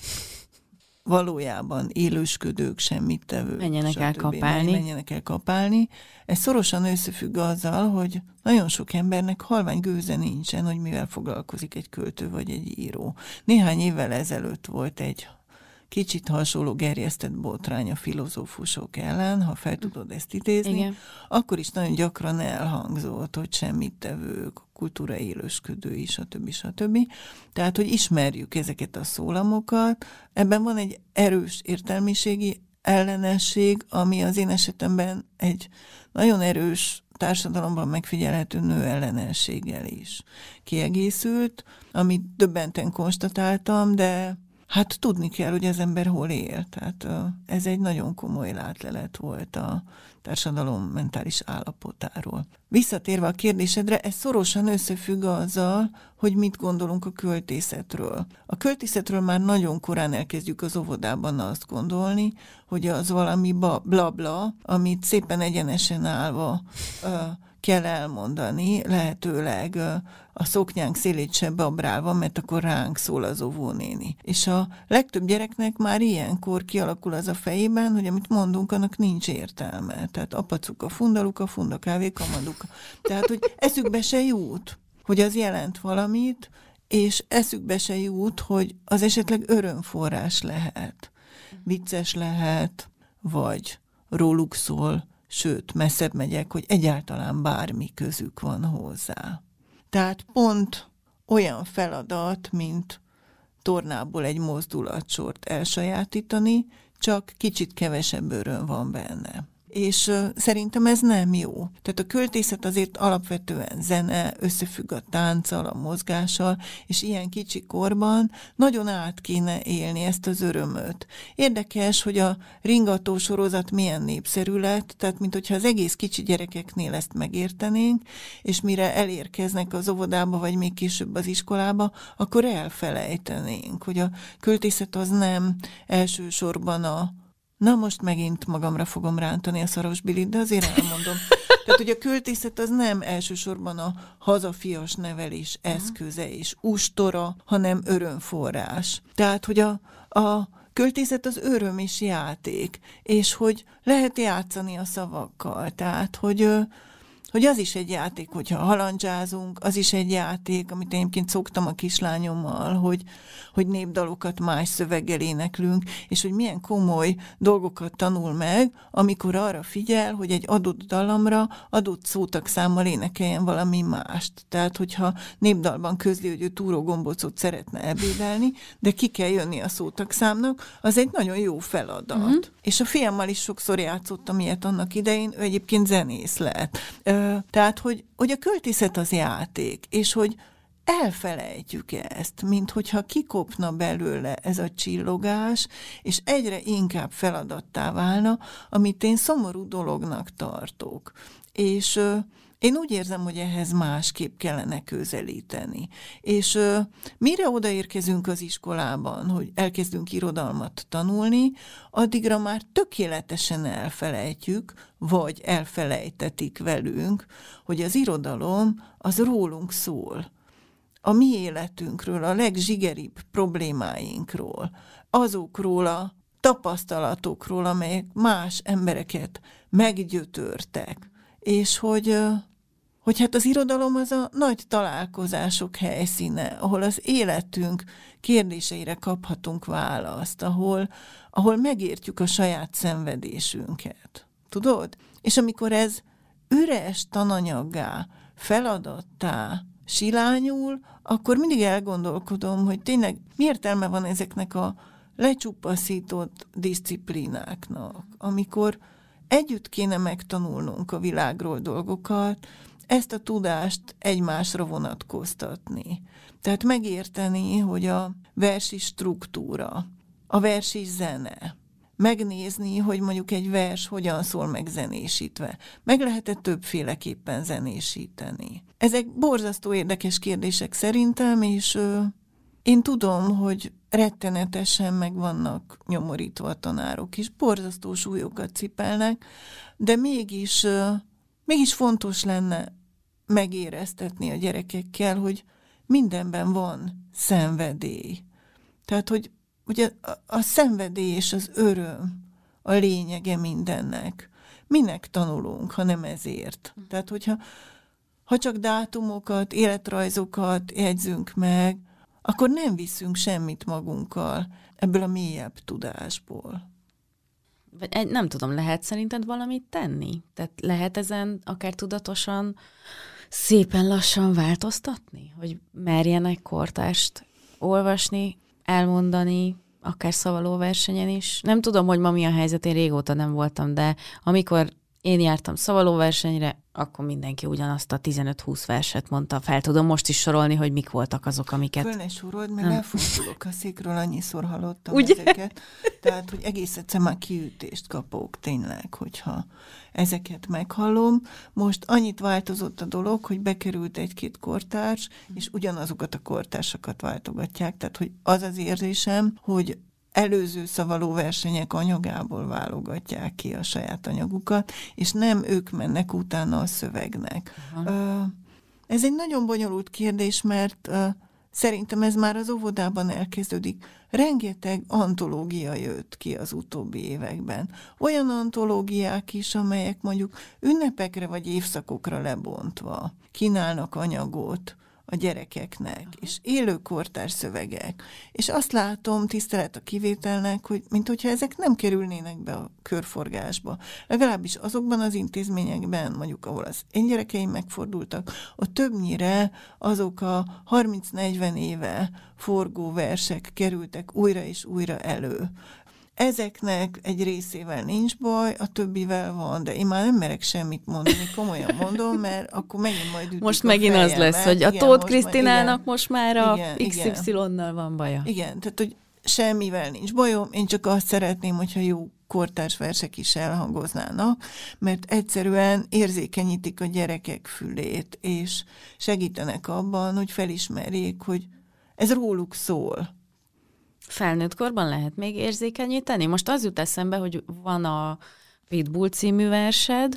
Valójában élősködők, semmit tevők. Menjenek el kapálni. Menjenek el kapálni. Ez szorosan összefügg azzal, hogy nagyon sok embernek halvány gőze nincsen, hogy mivel foglalkozik egy költő vagy egy író. Néhány évvel ezelőtt volt egy kicsit hasonló gerjesztett botrány a filozófusok ellen, ha fel tudod ezt idézni, igen. Akkor is nagyon gyakran elhangzott, hogy semmit tevők, kultúra élősködői, stb. stb. Tehát, hogy ismerjük ezeket a szólamokat. Ebben van egy erős értelmiségi ellenesség, ami az én esetemben egy nagyon erős társadalomban megfigyelhető nő ellenességgel is kiegészült, amit döbbenten konstatáltam, de hát tudni kell, hogy az ember hol él. Tehát ez egy nagyon komoly látlelet volt a társadalom mentális állapotáról. Visszatérve a kérdésedre, ez szorosan összefügg azzal, hogy mit gondolunk a költészetről. A költészetről már nagyon korán elkezdjük az óvodában azt gondolni, hogy az valami blabla, amit szépen egyenesen állva kell elmondani, lehetőleg a szoknyánk szélét se babrálva, mert akkor ránk szól az óvónéni. És a legtöbb gyereknek már ilyenkor kialakul az a fejében, hogy amit mondunk, annak nincs értelme. Tehát apacuka, fundaluka, funda kávéka, maduka. Tehát, hogy eszükbe se jut, hogy az jelent valamit, és eszükbe se jut, hogy az esetleg örömforrás lehet. Vicces lehet, vagy róluk szól, sőt, messzebb megyek, hogy egyáltalán bármi közük van hozzá. Tehát pont olyan feladat, mint tornából egy mozdulatsort elsajátítani, csak kicsit kevesebb öröm van benne. És uh, szerintem ez nem jó. Tehát a költészet azért alapvetően zene, összefügg a tánccal, a mozgással, és ilyen kicsi korban nagyon át kéne élni ezt az örömöt. Érdekes, hogy a ringató sorozat milyen népszerű lett, tehát mint hogyha az egész kicsi gyerekeknél ezt megértenénk, és mire elérkeznek az óvodába, vagy még később az iskolába, akkor elfelejtenénk, hogy a költészet az nem elsősorban a Na most megint magamra fogom rántani a szaros bilit, de azért elmondom. Tehát, hogy a költészet az nem elsősorban a hazafias nevelés eszköze és ustora, hanem örömforrás. Tehát, hogy a, a költészet az öröm és játék, és hogy lehet játszani a szavakkal. Tehát, hogy... hogy az is egy játék, hogyha halandzsázunk, az is egy játék, amit egyébként szoktam a kislányommal, hogy, hogy népdalokat más szöveggel éneklünk, és hogy milyen komoly dolgokat tanul meg, amikor arra figyel, hogy egy adott dallamra adott szótagszámmal énekeljen valami mást. Tehát, hogyha népdalban közli, hogy ő túrógombócot szeretne ebédelni, de ki kell jönni a szótagszámnak, az egy nagyon jó feladat. Uh-huh. És a fiammal is sokszor játszottam ilyet annak idején, ő egyébként zenész lett. Tehát, hogy, hogy a költészet az játék, és hogy elfelejtjük ezt, mint hogyha kikopna belőle ez a csillogás, és egyre inkább feladattá válna, amit én szomorú dolognak tartok. És uh, én úgy érzem, hogy ehhez másképp kellene közelíteni. És uh, mire odaérkezünk az iskolában, hogy elkezdünk irodalmat tanulni, addigra már tökéletesen elfelejtjük, vagy elfelejtetik velünk, hogy az irodalom az rólunk szól. A mi életünkről, a legzsigeribb problémáinkról, azokról a tapasztalatokról, amelyek más embereket meggyötörtek, és hogy, hogy hát az irodalom az a nagy találkozások helyszíne, ahol az életünk kérdéseire kaphatunk választ, ahol, ahol megértjük a saját szenvedésünket. Tudod? És amikor ez üres tananyaggá, feladattá silányul, akkor mindig elgondolkodom, hogy tényleg mi értelme van ezeknek a lecsupaszított diszciplináknak, amikor együtt kéne megtanulnunk a világról dolgokat, ezt a tudást egymásra vonatkoztatni. Tehát megérteni, hogy a versi struktúra, a versi zene, megnézni, hogy mondjuk egy vers hogyan szól meg zenésítve. Meg lehet-e többféleképpen zenésíteni? Ezek borzasztó érdekes kérdések szerintem, és ö, én tudom, hogy rettenetesen meg vannak nyomorítva a tanárok is, borzasztó súlyokat cipelnek, de mégis, ö, mégis fontos lenne megéreztetni a gyerekekkel, hogy mindenben van szenvedély. Tehát, hogy Ugye a, a szenvedély és az öröm a lényege mindennek. Minek tanulunk, ha nem ezért? Tehát, hogyha ha csak dátumokat, életrajzokat jegyzünk meg, akkor nem viszünk semmit magunkkal ebből a mélyebb tudásból. Vagy nem tudom, lehet szerinted valamit tenni? Tehát lehet ezen akár tudatosan szépen lassan változtatni? Hogy merjenek kortást olvasni, elmondani, akár szavalóversenyen is. Nem tudom, hogy ma mi a helyzet, én régóta nem voltam, de amikor én jártam szavalóversenyre, akkor mindenki ugyanazt a tizenöt-húsz verset mondta. Fel tudom most is sorolni, hogy mik voltak azok, amiket... Föl ne sorold, mert elfordulok a székről, annyiszor hallottam ugye? Ezeket. Tehát, hogy egész egyszer már kiütést kapok tényleg, hogyha ezeket meghallom. Most annyit változott a dolog, hogy bekerült egy-két kortárs, és ugyanazokat a kortársakat váltogatják. Tehát, hogy az az érzésem, hogy előző szavalóversenyek anyagából válogatják ki a saját anyagukat, és nem ők mennek utána a szövegnek. Uh, ez egy nagyon bonyolult kérdés, mert uh, szerintem ez már az óvodában elkezdődik. Rengeteg antológia jött ki az utóbbi években. Olyan antológiák is, amelyek mondjuk ünnepekre vagy évszakokra lebontva kínálnak anyagot a gyerekeknek, aha, és élő kortárs szövegek. És azt látom, tisztelet a kivételnek, hogy mint hogyha ezek nem kerülnének be a körforgásba. Legalábbis azokban az intézményekben, mondjuk ahol az én gyerekeim megfordultak, ott többnyire azok a harminc-negyven éve forgó versek kerültek újra és újra elő. Ezeknek egy részével nincs baj, a többivel van, de én már nem merek semmit mondani, komolyan mondom, mert akkor megint majd ütik most a megint fejemet. Az lesz, hogy a igen, Tóth Krisztinának most már a igen, iksz ipszilonnal van baja. Igen, tehát hogy semmivel nincs bajom, én csak azt szeretném, hogyha jó kortárs versek is elhangoznának, mert egyszerűen érzékenyítik a gyerekek fülét, és segítenek abban, hogy felismerjék, hogy ez róluk szól. Felnőtt korban lehet még érzékenyíteni? Most az jut eszembe, hogy van a Pitbull című versed.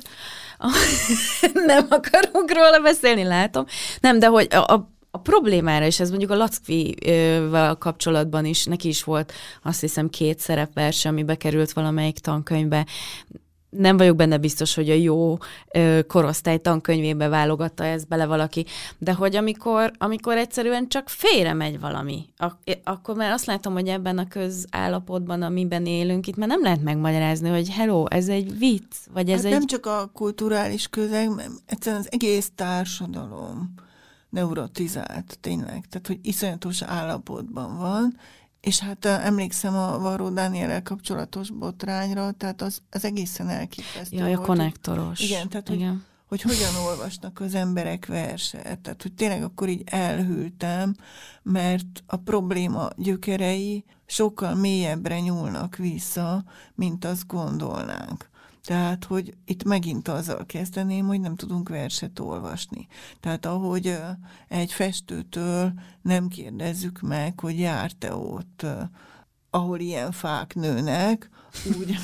Nem akarunk róla beszélni, látom. Nem, de hogy a, a, a problémára, és ez mondjuk a Lackvival kapcsolatban is, neki is volt azt hiszem két szerepverse, ami bekerült valamelyik tankönyvbe. Nem vagyok benne biztos, hogy a jó ö, korosztály tankönyvébe válogatta ezt bele valaki, de hogy amikor, amikor egyszerűen csak félre megy valami, ak- akkor már azt látom, hogy ebben a közállapotban, amiben élünk, itt már nem lehet megmagyarázni, hogy hello, ez egy vicc, vagy ez hát egy... Nem csak a kulturális közeg, egyszerűen az egész társadalom neurotizált, tényleg, tehát hogy iszonyatos állapotban van, és hát emlékszem a Varró Dániellel kapcsolatos botrányra, tehát az, az egészen elképesztő. Jaj, a konnektoros. Igen, tehát igen. Hogy, hogy hogyan olvasnak az emberek verset. Tehát, hogy tényleg akkor így elhűltem, mert a probléma gyökerei sokkal mélyebbre nyúlnak vissza, mint azt gondolnánk. Tehát, hogy itt megint azzal kezdeném, hogy nem tudunk verset olvasni. Tehát, ahogy egy festőtől nem kérdezzük meg, hogy járt-e ott, ahol ilyen fák nőnek, úgy...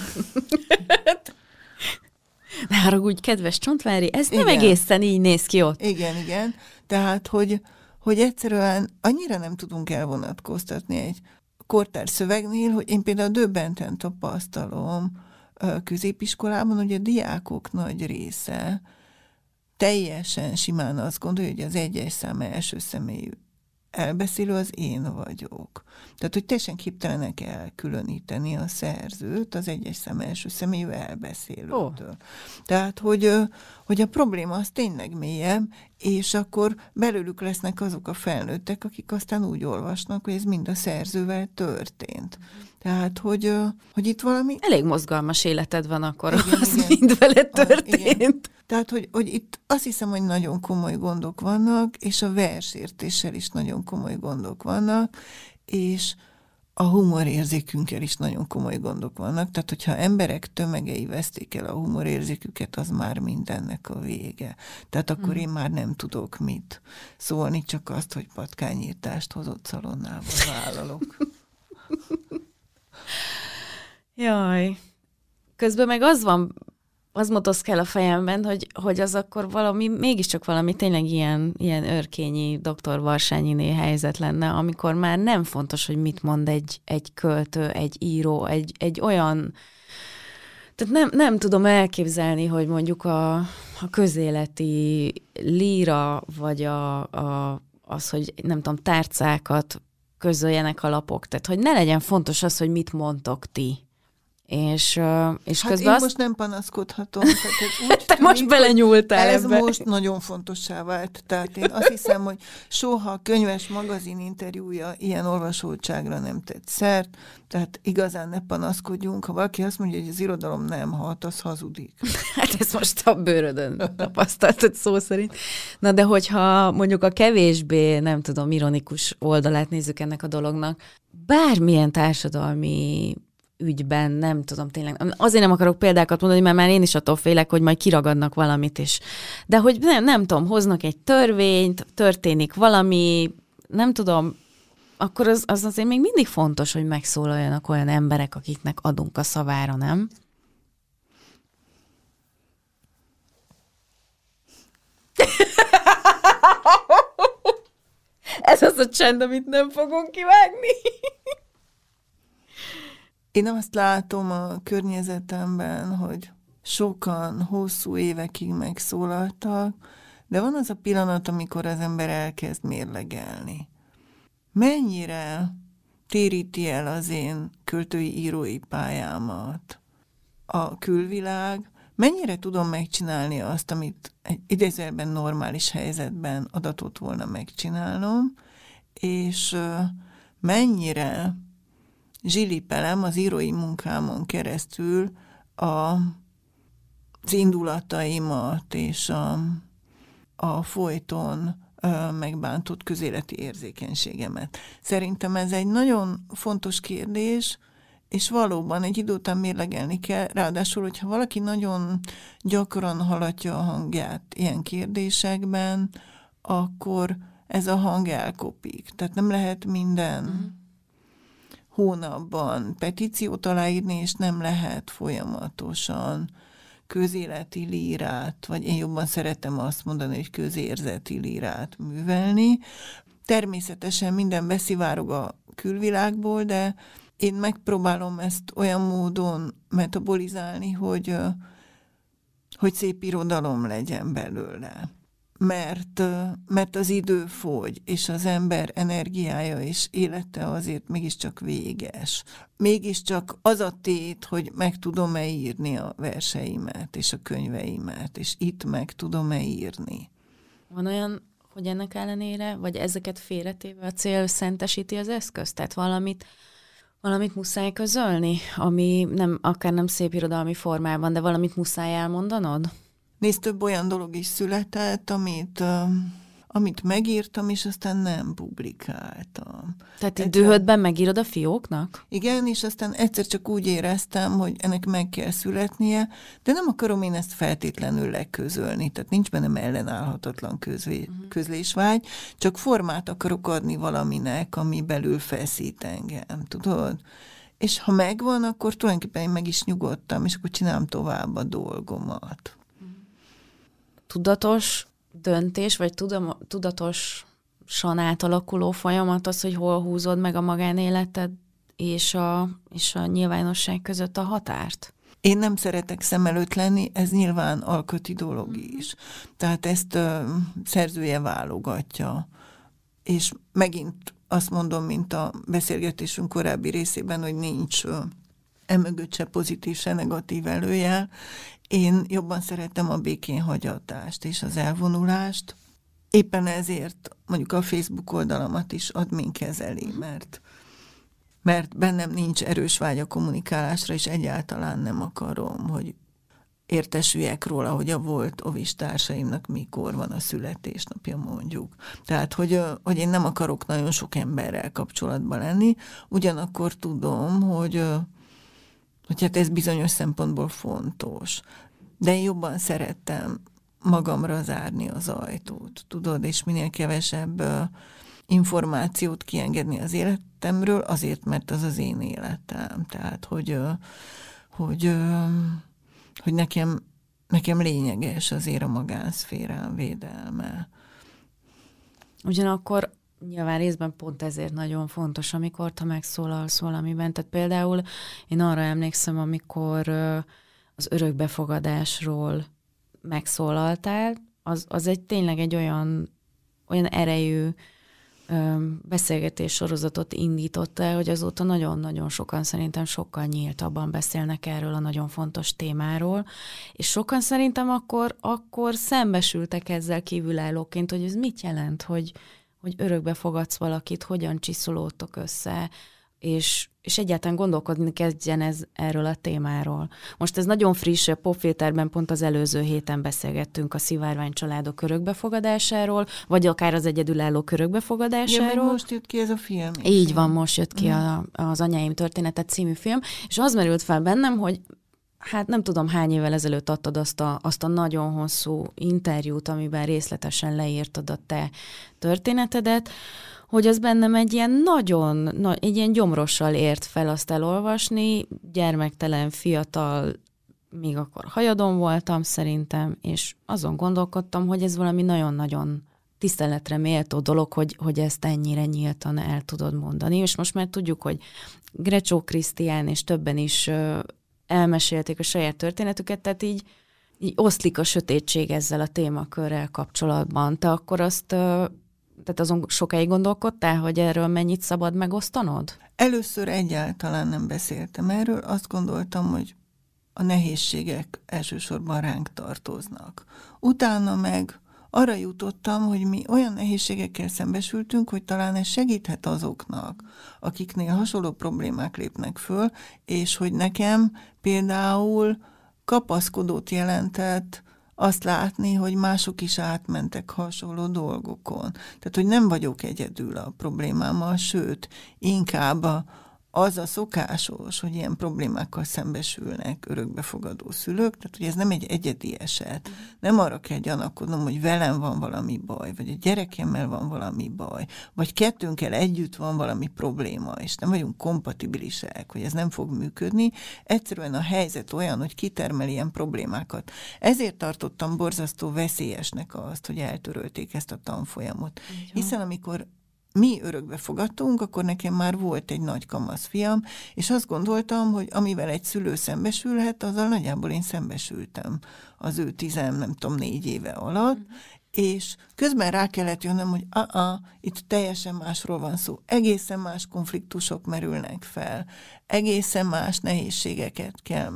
Ne haragudj, kedves Csontvári, ez igen. Nem egészen így néz ki ott. Igen, igen. Tehát, hogy, hogy egyszerűen annyira nem tudunk elvonatkoztatni egy kortárs szövegnél, hogy én például döbbenten tapasztalom középiskolában, hogy a diákok nagy része teljesen simán azt gondolja, hogy az egyes szám első személyű elbeszélő az én vagyok. Tehát, hogy teljesen képtelenek elkülöníteni a szerzőt az egyes szám első személyű elbeszélőtől. Oh. Tehát, hogy, hogy a probléma az tényleg mélyebb, és akkor belőlük lesznek azok a felnőttek, akik aztán úgy olvasnak, hogy ez mind a szerzővel történt. Tehát, hogy, hogy itt valami... Elég mozgalmas életed van akkor, igen, az igen. mind vele történt. Igen. Tehát, hogy, hogy itt azt hiszem, hogy nagyon komoly gondok vannak, és a versértéssel is nagyon komoly gondok vannak, és a humorérzékünkkel is nagyon komoly gondok vannak. Tehát, hogyha emberek tömegei veszték el a humorérzéküket, az már mindennek a vége. Tehát akkor hmm. én már nem tudok mit szólni, csak azt, hogy patkányírtást hozott szalonnába vállalok. Jaj. Közben meg az van, az motoszkál a fejemben, hogy, hogy az akkor valami, mégiscsak valami tényleg ilyen, ilyen örkényi, doktor Varsányiné helyzet lenne, amikor már nem fontos, hogy mit mond egy, egy költő, egy író, egy, egy olyan... Tehát nem, nem tudom elképzelni, hogy mondjuk a, a közéleti líra, vagy a, a, az, hogy nem tudom, tárcákat közöljenek a lapok. Tehát, hogy ne legyen fontos az, hogy mit mondtok ti. És, és hát közben én azt... most nem panaszkodhatom. Tehát úgy Te tűnik, most belenyúltál ez ebbe. most nagyon fontossá vált. Tehát én azt hiszem, hogy soha a könyves magazin interjúja ilyen olvasoltságra nem tett szert, tehát igazán ne panaszkodjunk. Ha valaki azt mondja, hogy az irodalom nem hat, az hazudik. Hát ezt most a bőrödön tapasztaltad szó szerint. Na de hogyha mondjuk a kevésbé, nem tudom, ironikus oldalát nézzük ennek a dolognak, bármilyen társadalmi ügyben, nem tudom tényleg. Azért nem akarok példákat mondani, mert már én is attól félek, hogy majd kiragadnak valamit is. De hogy nem, nem tudom, hoznak egy törvényt, történik valami, nem tudom, akkor az, az azért még mindig fontos, hogy megszólaljanak olyan emberek, akiknek adunk a szavára, nem? Ez az a csend, amit nem fogunk kivágni. Én azt látom a környezetemben, hogy sokan hosszú évekig megszólaltak, de van az a pillanat, amikor az ember elkezd mérlegelni. Mennyire téríti el az én költői írói pályámat a külvilág, mennyire tudom megcsinálni azt, amit egy idézőjelben normális helyzetben adatot volna megcsinálnom, és mennyire zsilipelem az írói munkámon keresztül a, az indulataimat és a, a folyton megbántott közéleti érzékenységemet. Szerintem ez egy nagyon fontos kérdés, és valóban egy idő után mérlegelni kell, ráadásul, hogyha valaki nagyon gyakran hallatja a hangját ilyen kérdésekben, akkor ez a hang elkopik. Tehát nem lehet minden mm. hónapban petíciót aláírni, és nem lehet folyamatosan közéleti lírát, vagy én jobban szeretem azt mondani, hogy közérzeti lírát művelni. Természetesen minden beszivárog a külvilágból, de én megpróbálom ezt olyan módon metabolizálni, hogy, hogy szép irodalom legyen belőle. Mert, mert az idő fogy, és az ember energiája és élete azért mégiscsak véges. Mégiscsak az a tét, hogy meg tudom-e írni a verseimet és a könyveimet, és itt meg tudom-e írni. Van olyan, hogy ennek ellenére, vagy ezeket félretéve a cél szentesíti az eszközt? Tehát valamit, valamit muszáj közölni, ami nem, akár nem szép irodalmi formában, de valamit muszáj elmondanod? Nézd, több olyan dolog is született, amit, uh, amit megírtam, és aztán nem publikáltam. Tehát itt dühödben megírod a fióknak? Igen, és aztán egyszer csak úgy éreztem, hogy ennek meg kell születnie, de nem akarom én ezt feltétlenül leközölni, tehát nincs bennem ellenállhatatlan közlé, uh-huh. közlésvágy, csak formát akarok adni valaminek, ami belül feszít engem, tudod? És ha megvan, akkor tulajdonképpen én meg is nyugodtam, és akkor csinálom tovább a dolgomat. Tudatos döntés, vagy tudom, tudatosan átalakuló folyamat az, hogy hol húzod meg a magánéleted és a, és a nyilvánosság között a határt? Én nem szeretek szem előtt lenni, ez nyilván alkoti dolog is. Tehát ezt uh, szerzője válogatja. És megint azt mondom, mint a beszélgetésünk korábbi részében, hogy nincs uh, emögött se pozitív, se negatív előjel. Én jobban szeretem a békén hagyatást és az elvonulást. Éppen ezért mondjuk a Facebook oldalamat is admin kezeli, mert, mert bennem nincs erős vágy a kommunikálásra, és egyáltalán nem akarom, hogy értesüljek róla, hogy a volt ovis társaimnak mikor van a születésnapja, mondjuk. Tehát, hogy, hogy én nem akarok nagyon sok emberrel kapcsolatban lenni, ugyanakkor tudom, hogy hogy hát ez bizonyos szempontból fontos. De én jobban szerettem magamra zárni az ajtót, tudod, és minél kevesebb uh, információt kiengedni az életemről, azért, mert az az én életem. Tehát, hogy, uh, hogy, uh, hogy nekem, nekem lényeges azért a magánszférán védelme. Ugyanakkor nyilván részben pont ezért nagyon fontos, amikor te megszólalsz valamiben. Tehát például én arra emlékszem, amikor az örökbefogadásról megszólaltál, az, az egy tényleg egy olyan, olyan erejű beszélgetés sorozatot indított el, hogy azóta nagyon-nagyon sokan szerintem sokkal nyíltabban beszélnek erről a nagyon fontos témáról, és sokan szerintem akkor, akkor szembesültek ezzel kívülállóként, hogy ez mit jelent, hogy hogy örökbe fogadsz valakit, hogyan csiszolódtok össze, és, és egyáltalán gondolkodni kezdjen ez erről a témáról. Most ez nagyon friss, a Popfilterben pont az előző héten beszélgettünk a szivárvány családok örökbefogadásáról, vagy akár az egyedülálló örökbefogadásáról. Ja, most jött ki ez a film. Így van, most jött ki a, az Anyáim története című film, és az merült fel bennem, hogy hát nem tudom, hány évvel ezelőtt adtad azt a, azt a nagyon hosszú interjút, amiben részletesen leírtad a te történetedet, hogy az bennem egy ilyen nagyon, na, egy ilyen gyomrossal ért fel azt elolvasni, gyermektelen, fiatal, még akkor hajadon voltam szerintem, és azon gondolkodtam, hogy ez valami nagyon-nagyon tiszteletre méltó dolog, hogy, hogy ezt ennyire nyíltan el tudod mondani, és most már tudjuk, hogy Grecsó Krisztián és többen is elmesélték a saját történetüket, tehát így így oszlik a sötétség ezzel a témakörrel kapcsolatban. Te akkor azt, tehát azon sokáig gondolkodtál, hogy erről mennyit szabad megosztanod? Először egyáltalán nem beszéltem erről, azt gondoltam, hogy a nehézségek elsősorban ránk tartoznak. Utána meg arra jutottam, hogy mi olyan nehézségekkel szembesültünk, hogy talán ez segíthet azoknak, akiknél hasonló problémák lépnek föl, és hogy nekem például kapaszkodót jelentett azt látni, hogy mások is átmentek hasonló dolgokon. Tehát, hogy nem vagyok egyedül a problémámmal, sőt, inkább a az a szokásos, hogy ilyen problémákkal szembesülnek örökbefogadó szülők, tehát hogy ez nem egy egyedi eset. Nem arra kell gyanakodnom, hogy velem van valami baj, vagy a gyerekemmel van valami baj, vagy kettőnkkel együtt van valami probléma, és nem vagyunk kompatibilisek, hogy ez nem fog működni. Egyszerűen a helyzet olyan, hogy kitermel ilyen problémákat. Ezért tartottam borzasztó veszélyesnek azt, hogy eltörölték ezt a tanfolyamot. Hiszen amikor mi örökbe fogadtunk, akkor nekem már volt egy nagy kamasz fiam, és azt gondoltam, hogy amivel egy szülő szembesülhet, azzal nagyjából én szembesültem az ő tizen, nem tudom, négy éve alatt, mm. és közben rá kellett jönnöm, hogy a itt teljesen másról van szó, egészen más konfliktusok merülnek fel, egészen más nehézségeket kell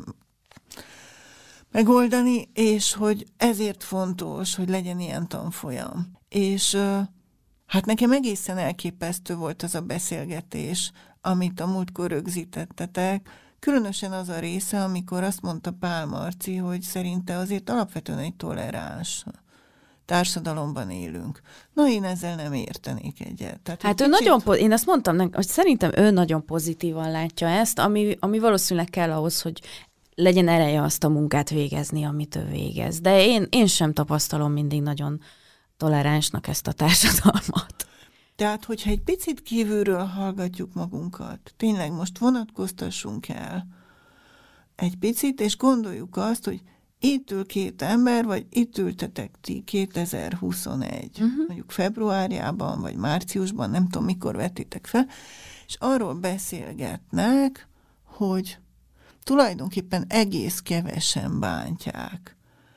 megoldani, és hogy ezért fontos, hogy legyen ilyen tanfolyam. És hát nekem egészen elképesztő volt az a beszélgetés, amit a múltkor rögzítettetek, különösen az a része, amikor azt mondta Pál Marci, hogy szerinte azért alapvetően egy toleráns társadalomban élünk. Na, én ezzel nem értenék egyet. Tehát hát ő kicsit... nagyon, én azt mondtam, hogy szerintem ő nagyon pozitívan látja ezt, ami, ami valószínűleg kell ahhoz, hogy legyen ereje azt a munkát végezni, amit ő végez. De én, én sem tapasztalom mindig nagyon toleránsnak ezt a társadalmat. Tehát, hogyha egy picit kívülről hallgatjuk magunkat, tényleg most vonatkoztassunk el egy picit, és gondoljuk azt, hogy itt ül két ember, vagy itt ültetek ti kétezer-huszonegy, uh-huh. mondjuk februárjában, vagy márciusban, nem tudom, mikor vettétek fel, és arról beszélgetnek, hogy tulajdonképpen egész kevesen bántják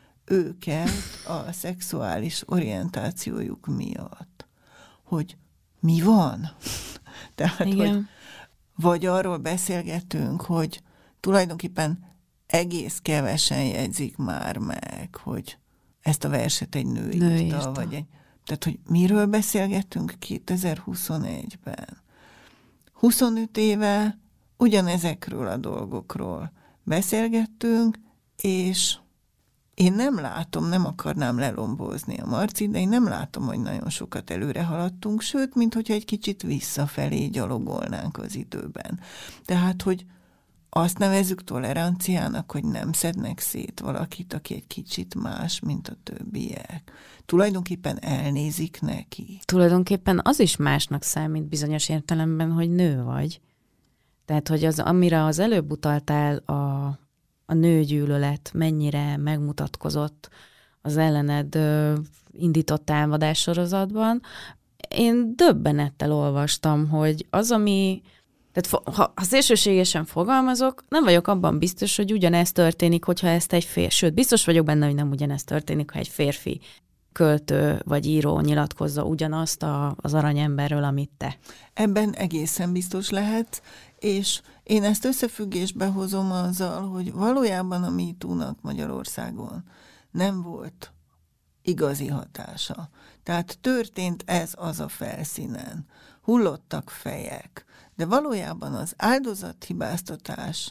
őket a szexuális orientációjuk miatt. Hogy mi van? Tehát, igen. hogy vagy arról beszélgetünk, hogy tulajdonképpen egész kevesen jegyzik már meg, hogy ezt a verset egy nő, nő írta, írta. Vagy egy, tehát, hogy miről beszélgetünk kétezer-huszonegyben? huszonöt éve ugyanezekről a dolgokról beszélgettünk, és én nem látom, nem akarnám lelombozni a Marcit, de én nem látom, hogy nagyon sokat előre haladtunk, sőt, mint hogyha egy kicsit visszafelé gyalogolnánk az időben. Tehát, hogy azt nevezzük toleranciának, hogy nem szednek szét valakit, aki egy kicsit más, mint a többiek. Tulajdonképpen elnézik neki. Tulajdonképpen az is másnak számít bizonyos értelemben, hogy nő vagy. Tehát, hogy az, amire az előbb utaltál, a, a nőgyűlölet mennyire megmutatkozott az ellened ö, indított támadás sorozatban, én döbbenettel olvastam, hogy az, ami... Tehát ha, ha szélsőségesen fogalmazok, nem vagyok abban biztos, hogy ugyanezt történik, hogyha ezt egy férfi... Sőt, biztos vagyok benne, hogy nem ugyanezt történik, ha egy férfi költő vagy író nyilatkozza ugyanazt a, az aranyemberről, amit te. Ebben egészen biztos lehet, és én ezt összefüggésbe hozom azzal, hogy valójában a MeToo-nak Magyarországon nem volt igazi hatása. Tehát történt ez az a felszínen. Hullottak fejek, de valójában az áldozathibáztatás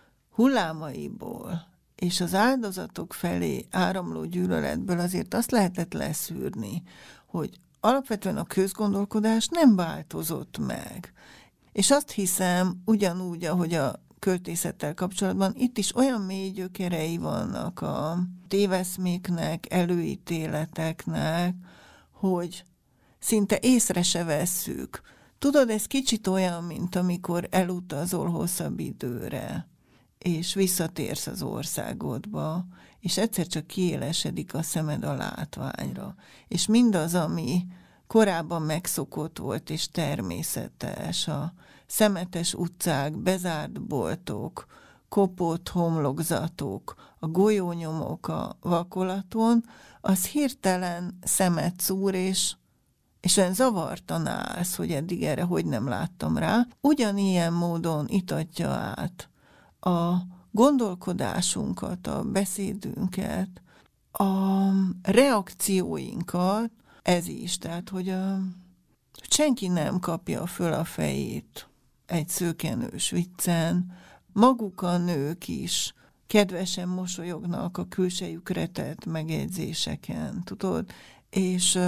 hullámaiból és az áldozatok felé áramló gyűlöletből azért azt lehetett leszűrni, hogy alapvetően a közgondolkodás nem változott meg. És azt hiszem, ugyanúgy, ahogy a költészettel kapcsolatban, itt is olyan mély gyökerei vannak a téveszméknek, előítéleteknek, hogy szinte észre se vesszük. Tudod, ez kicsit olyan, mint amikor elutazol hosszabb időre, és visszatérsz az országodba, és egyszer csak kiélesedik a szemed a látványra. És mindaz, ami korábban megszokott volt és természetes, a szemetes utcák, bezárt boltok, kopott homlokzatok, a a golyónyomok a vakolaton, az hirtelen szemet szúr, és, és olyan zavartan állsz, hogy eddig erre hogy nem láttam rá. Ugyanilyen módon itatja át a gondolkodásunkat, a beszédünket, a reakcióinkat, ez is, tehát, hogy a, senki nem kapja föl a fejét egy szőkenős viccen, maguk a nők is kedvesen mosolyognak a külsejükre tett megjegyzéseken, tudod? És,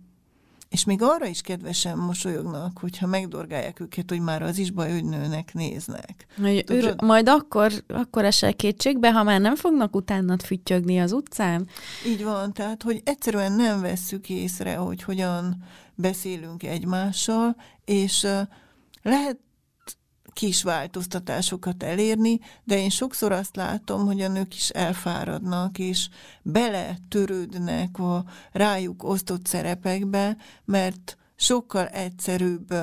és még arra is kedvesen mosolyognak, hogyha megdorgálják őket, hogy már az is baj, hogy nőnek néznek. Ür, majd akkor, akkor esel kétségbe, ha már nem fognak utánad füttyögni az utcán? Így van, tehát, hogy egyszerűen nem vesszük észre, hogy hogyan beszélünk egymással, és lehet kis változtatásokat elérni, de én sokszor azt látom, hogy a nők is elfáradnak, és beletörődnek a rájuk osztott szerepekbe, mert sokkal egyszerűbb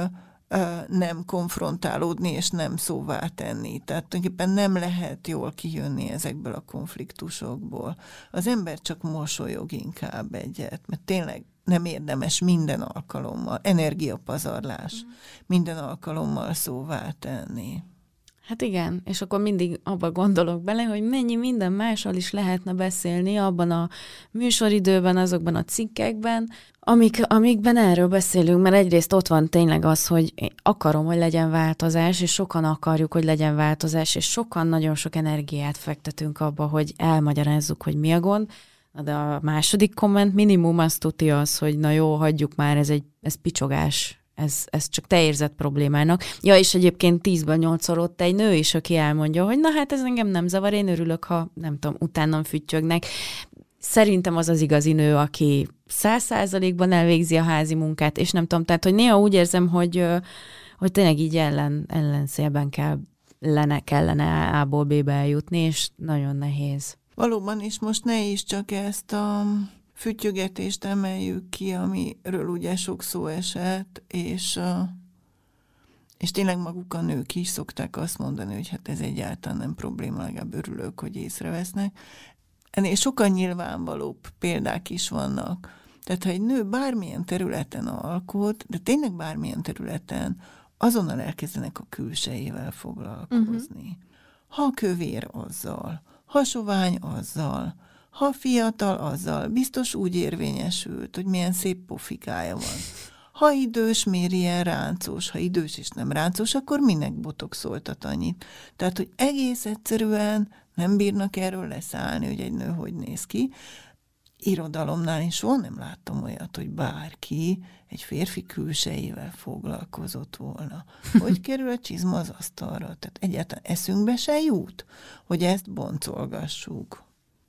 nem konfrontálódni, és nem szóvá tenni. Tehát tulajdonképpen nem lehet jól kijönni ezekből a konfliktusokból. Az ember csak mosolyog inkább egyet, mert tényleg nem érdemes minden alkalommal, energiapazarlás, mm. minden alkalommal szóvá tenni. Hát igen, és akkor mindig abba gondolok bele, hogy mennyi minden mással is lehetne beszélni abban a műsoridőben, azokban a cikkekben, amik, amikben erről beszélünk, mert egyrészt ott van tényleg az, hogy én akarom, hogy legyen változás, és sokan akarjuk, hogy legyen változás, és sokan nagyon sok energiát fektetünk abba, hogy elmagyarázzuk, hogy mi a gond. De a második komment minimum azt tudja az, hogy na jó, hagyjuk már, ez egy ez picsogás, ez, ez csak te érzed problémának. Ja, és egyébként tízből nyolcszor ott egy nő is, aki elmondja, hogy na hát ez engem nem zavar, én örülök, ha nem tudom, utánam füttyögnek. Szerintem az az igazi nő, aki száz százalékban elvégzi a házi munkát, és nem tudom, tehát, hogy néha úgy érzem, hogy, hogy tényleg így ellen, ellenszélben kell, lenne, kellene A-ból B-be eljutni, és nagyon nehéz. Valóban, és most ne is csak ezt a füttyögetést emeljük ki, amiről ugye sok szó esett, és, és tényleg maguk a nők is szokták azt mondani, hogy hát ez egyáltalán nem probléma, legalább örülök, hogy észrevesznek. Ennél sokkal nyilvánvalóbb példák is vannak. Tehát ha egy nő bármilyen területen alkot, de tényleg bármilyen területen, azonnal elkezdenek a külsejével foglalkozni. Uh-huh. Ha kövér, azzal, ha sovány, azzal, ha fiatal, azzal, biztos úgy érvényesült, hogy milyen szép pofikája van. Ha idős, miért ilyen ráncos? Ha idős és nem ráncos, akkor minek botoxoltat annyit? Tehát, hogy egész egyszerűen nem bírnak erről leszállni, hogy egy nő hogy néz ki. Irodalomnál én soha nem láttam olyat, hogy bárki egy férfi külsejével foglalkozott volna. Hogy kerül a csizma az asztalra? Tehát egyáltalán eszünkbe se jut, hogy ezt boncolgassuk.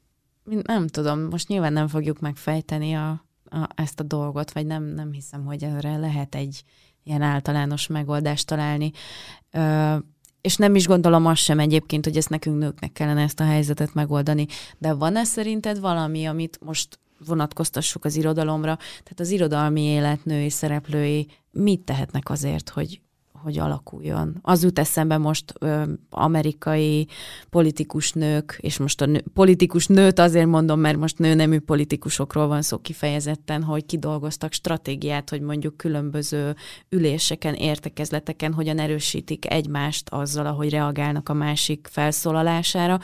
Nem tudom, most nyilván nem fogjuk megfejteni a, a, ezt a dolgot, vagy nem, nem hiszem, hogy erre lehet egy ilyen általános megoldást találni. Ö, és nem is gondolom azt sem egyébként, hogy ezt nekünk nőknek kellene ezt a helyzetet megoldani. De van-e szerinted valami, amit most vonatkoztassuk az irodalomra? Tehát az irodalmi élet női szereplői mit tehetnek azért, hogy, hogy alakuljon? Az jut eszembe most ö, amerikai politikus nők, és most a nő, politikus nőt azért mondom, mert most nőnemű politikusokról van szó kifejezetten, hogy kidolgoztak stratégiát, hogy mondjuk különböző üléseken, értekezleteken hogyan erősítik egymást azzal, ahogy reagálnak a másik felszólalására.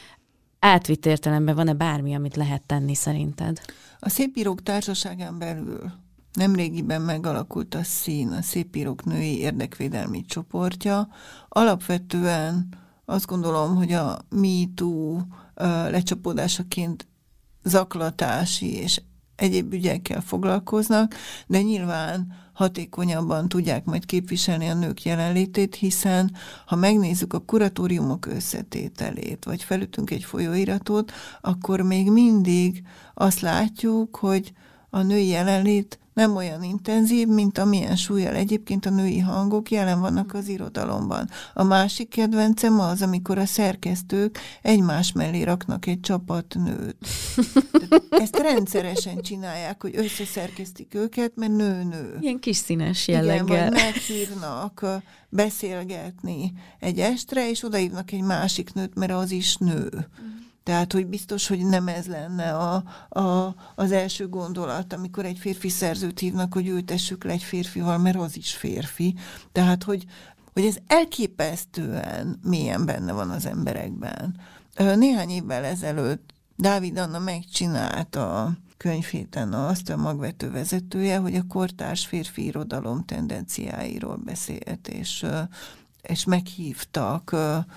Átvitt értelemben van-e bármi, amit lehet tenni szerinted? A Szépírók Társaságán belül nemrégiben megalakult a szín, a Szépírók női érdekvédelmi csoportja. Alapvetően azt gondolom, hogy a MeToo lecsapódásaként zaklatási és egyéb ügyekkel foglalkoznak, de nyilván hatékonyabban tudják majd képviselni a nők jelenlétét, hiszen ha megnézzük a kuratóriumok összetételét, vagy felütünk egy folyóiratot, akkor még mindig azt látjuk, hogy a női jelenlét nem olyan intenzív, mint amilyen súllyal egyébként a női hangok jelen vannak az irodalomban. A másik kedvencem az, amikor a szerkesztők egymás mellé raknak egy csapat nőt. Ezt rendszeresen csinálják, hogy összeszerkesztik őket, mert nő-nő. Ilyen kis színes jelleggel. Igen, vagy meghívnak beszélgetni egy estre, és odaívnak egy másik nőt, mert az is nő. Tehát, hogy biztos, hogy nem ez lenne a, a, az első gondolat, amikor egy férfi szerzőt hívnak, hogy ültessük le egy férfival, mert az is férfi. Tehát, hogy, hogy ez elképesztően mélyen benne van az emberekben. Néhány évvel ezelőtt Dávid Anna megcsinálta a könyvhéten azt, a magvető vezetője, hogy a kortárs férfi irodalom tendenciáiról beszélt, és, és meghívtak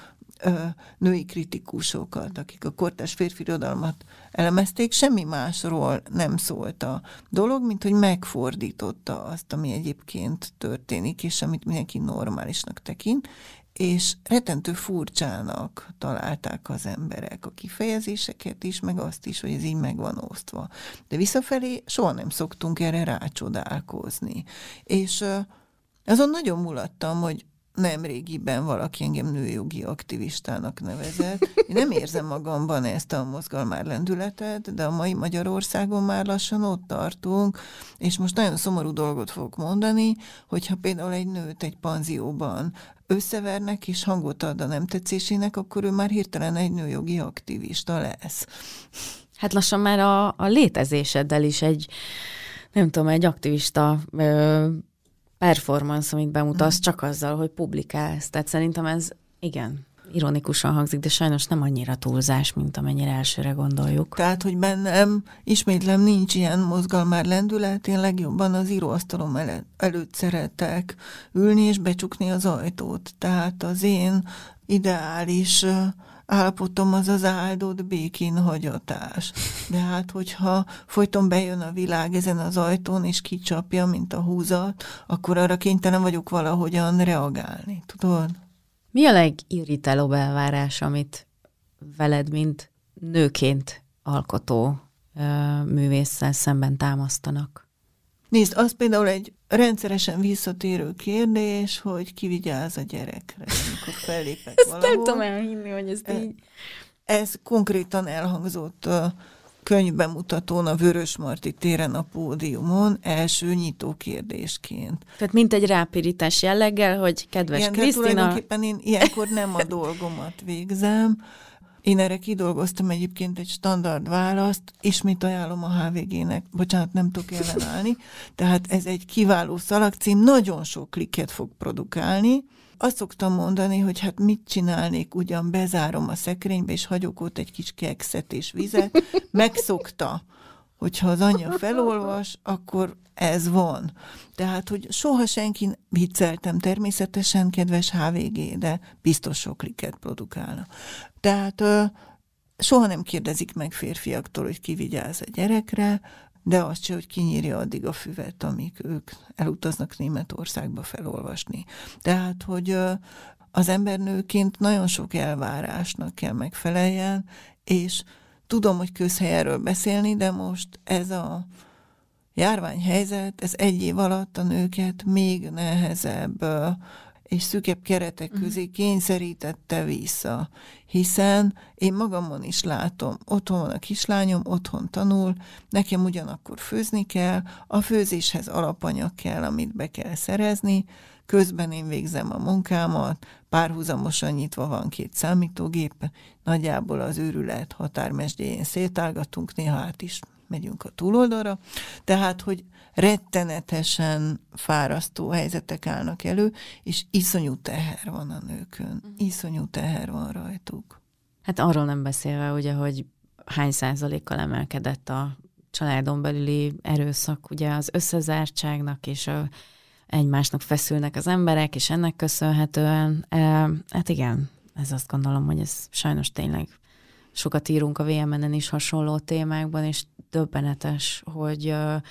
női kritikusokat, akik a kortárs férfi irodalmat elemezték, semmi másról nem szólt a dolog, mint hogy megfordította azt, ami egyébként történik, és amit mindenki normálisnak tekint, és rettentő furcsának találták az emberek a kifejezéseket is, meg azt is, hogy ez így meg van osztva. De visszafelé soha nem szoktunk erre rácsodálkozni. És azon nagyon mulattam, hogy nemrégiben valaki engem nőjogi aktivistának nevezett. Én nem érzem magamban ezt a mozgalmár lendületet, de a mai Magyarországon már lassan ott tartunk, és most nagyon szomorú dolgot fogok mondani, hogyha például egy nőt egy panzióban összevernek, és hangot ad a nem tetszésének, akkor ő már hirtelen egy nőjogi aktivista lesz. Hát lassan már a, a létezéseddel is egy, nem tudom, egy aktivista ö, performance, amit bemutatsz, mm. csak azzal, hogy publikálsz. Tehát szerintem ez, igen, ironikusan hangzik, de sajnos nem annyira túlzás, mint amennyire elsőre gondoljuk. Tehát, hogy bennem, ismétlem, nincs ilyen mozgalmár lendület, én legjobban az íróasztalom el- előtt szeretek ülni és becsukni az ajtót. Tehát az én ideális állapotom az az áldott békén hagyatás. De hát, hogyha folyton bejön a világ ezen az ajtón, és kicsapja, mint a húzat, akkor arra kénytelen vagyok valahogyan reagálni, tudod? Mi a legirritálóbb elvárás, amit veled, mint nőként alkotó művésszel szemben támasztanak? Nézd, az például egy rendszeresen visszatérő kérdés, hogy ki vigyáz a gyerekre, amikor fellépek ezt valahol. nem tudom elhinni, hogy ezt így... Ez konkrétan elhangzott a könyvbemutatón a Vörösmarty téren a pódiumon első nyitó kérdésként. Tehát mint egy rápirítás jelleggel, hogy kedves Igen, Krisztina... tulajdonképpen én ilyenkor nem a dolgomat végzem. Én erre kidolgoztam egyébként egy standard választ, ismét ajánlom a há vé gének, bocsánat, nem tudok ellenállni, tehát ez egy kiváló szalagcím, nagyon sok klikket fog produkálni. Azt szoktam mondani, hogy hát mit csinálnék, ugyan bezárom a szekrénybe, és hagyok ott egy kis kekszet és vizet. Megszokta, hogyha az anyja felolvas, akkor ez van. Tehát, hogy soha senki, vicceltem természetesen, kedves há vé gé, de biztos sok klikket produkálna. Tehát soha nem kérdezik meg férfiaktól, hogy ki vigyáz a gyerekre, de azt se, hogy kinyírja addig a füvet, amíg ők elutaznak Németországba felolvasni. Tehát, hogy az ember nőként nagyon sok elvárásnak kell megfeleljen, és tudom, hogy közhelyről beszélni, de most ez a járványhelyzet, ez egy év alatt a nőket még nehezebb és szűkebb keretek közé kényszerítette vissza. Hiszen én magamon is látom, otthon van a kislányom, otthon tanul, nekem ugyanakkor főzni kell, a főzéshez alapanyag kell, amit be kell szerezni, közben én végzem a munkámat, párhuzamosan nyitva van két számítógép, nagyjából az őrület határmesdjén szétálgatunk, néha át is megyünk a túloldalra, tehát, hogy rettenetesen fárasztó helyzetek állnak elő, és iszonyú teher van a nőkön, iszonyú teher van rajtuk. Hát arról nem beszélve, ugye, hogy hány százalékkal emelkedett a családon belüli erőszak, ugye az összezártságnak és a egymásnak feszülnek az emberek, és ennek köszönhetően, e, hát igen, ez azt gondolom, hogy ez sajnos tényleg sokat írunk a vé em en-en is hasonló témákban, és döbbenetes, hogy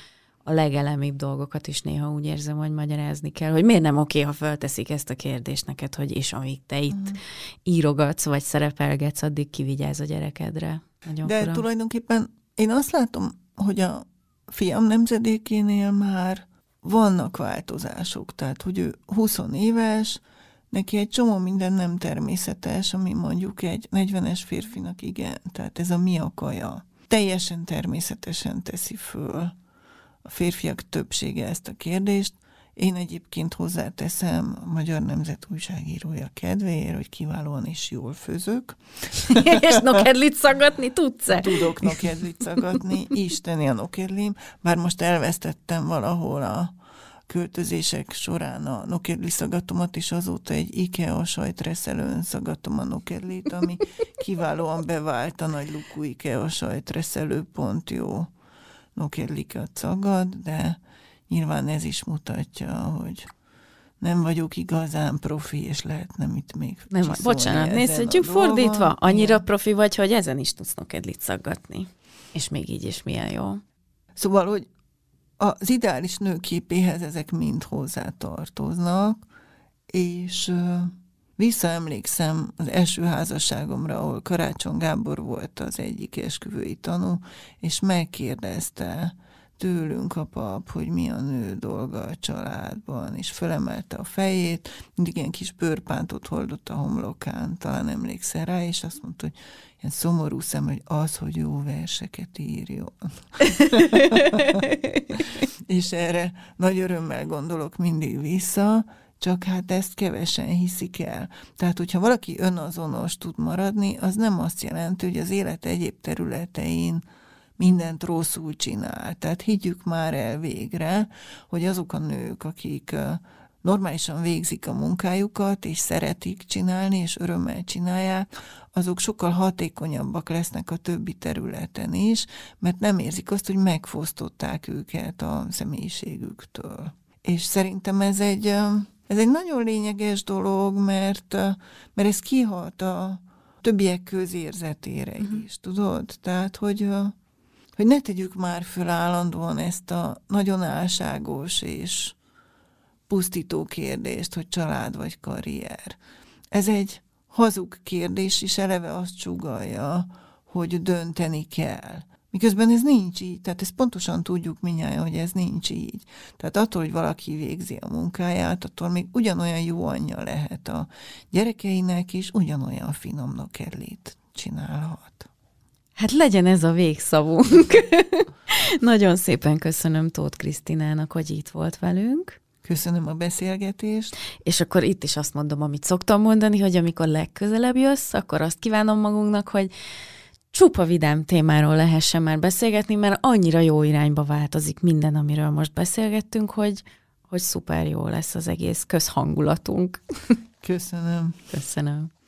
a legelemibb dolgokat is néha úgy érzem, hogy magyarázni kell, hogy miért nem oké, ha felteszik ezt a kérdést neked, hogy és amíg te itt mm. írogatsz, vagy szerepelgetsz, addig kivigyázz a gyerekedre. Nagyon De fura. Tulajdonképpen én azt látom, hogy a fiam nemzedékénél már vannak változások, tehát hogy ő húsz éves, neki egy csomó minden nem természetes, ami mondjuk egy negyvenes férfinak igen, tehát ez a mi a kaja. Teljesen természetesen teszi föl a férfiak többsége ezt a kérdést, Én egyébként hozzáteszem a Magyar Nemzet újságírója kedvéért, hogy kiválóan és jól főzök. És nokedlit szaggatni tudsz-e? Tudok nokedlit szaggatni, isteni a nokedlim, bár most elvesztettem valahol a költözések során a nokedli szagatomat, és azóta egy IKEA sajtreszelőn szagatom a nokedlit, ami kiválóan bevált a nagy lukú IKEA sajtreszelő, pont jó nokedlikat szagad, de nyilván ez is mutatja, hogy nem vagyok igazán profi, és lehetne itt még nem, bocsánat, nézzük fordítva. Annyira igen. Profi vagy, hogy ezen is tudsz nokedlit szaggatni. És még így is milyen jó. Szóval, hogy az ideális nőképéhez ezek mind hozzátartoznak, és uh, visszaemlékszem az első házasságomra, ahol Karácsony Gábor volt az egyik esküvői tanú, és megkérdezte tőlünk a pap, hogy mi a nő dolga a családban, és fölemelte a fejét, mindig ilyen kis bőrpántot hordott a homlokán, talán emlékszel rá, és azt mondta, hogy ilyen szomorú szem, hogy az, hogy jó verseket írjon. És erre nagy örömmel gondolok mindig vissza, csak hát ezt kevesen hiszik el. Tehát, hogyha valaki önazonos tud maradni, az nem azt jelenti, hogy az élet egyéb területein mindent rosszul csinál. Tehát higgyük már el végre, hogy azok a nők, akik normálisan végzik a munkájukat, és szeretik csinálni, és örömmel csinálják, azok sokkal hatékonyabbak lesznek a többi területen is, mert nem érzik azt, hogy megfosztották őket a személyiségüktől. És szerintem ez egy, ez egy nagyon lényeges dolog, mert, mert ez kihat a többiek közérzetére is, tudod? Tehát, hogy hogy ne tegyük már föl állandóan ezt a nagyon álságos és pusztító kérdést, hogy család vagy karrier. Ez egy hazug kérdés, és eleve azt sugallja, hogy dönteni kell. Miközben ez nincs így, tehát ezt pontosan tudjuk mindnyájan, hogy ez nincs így. Tehát attól, hogy valaki végzi a munkáját, attól még ugyanolyan jó anyja lehet a gyerekeinek, és ugyanolyan finom nokedlit csinálhat. Hát legyen ez a végszavunk. Nagyon szépen köszönöm Tóth Krisztinának, hogy itt volt velünk. Köszönöm a beszélgetést. És akkor itt is azt mondom, amit szoktam mondani, hogy amikor legközelebb jössz, akkor azt kívánom magunknak, hogy csupa vidám témáról lehessen már beszélgetni, mert annyira jó irányba változik minden, amiről most beszélgettünk, hogy, hogy szuper jó lesz az egész közhangulatunk. Köszönöm. Köszönöm.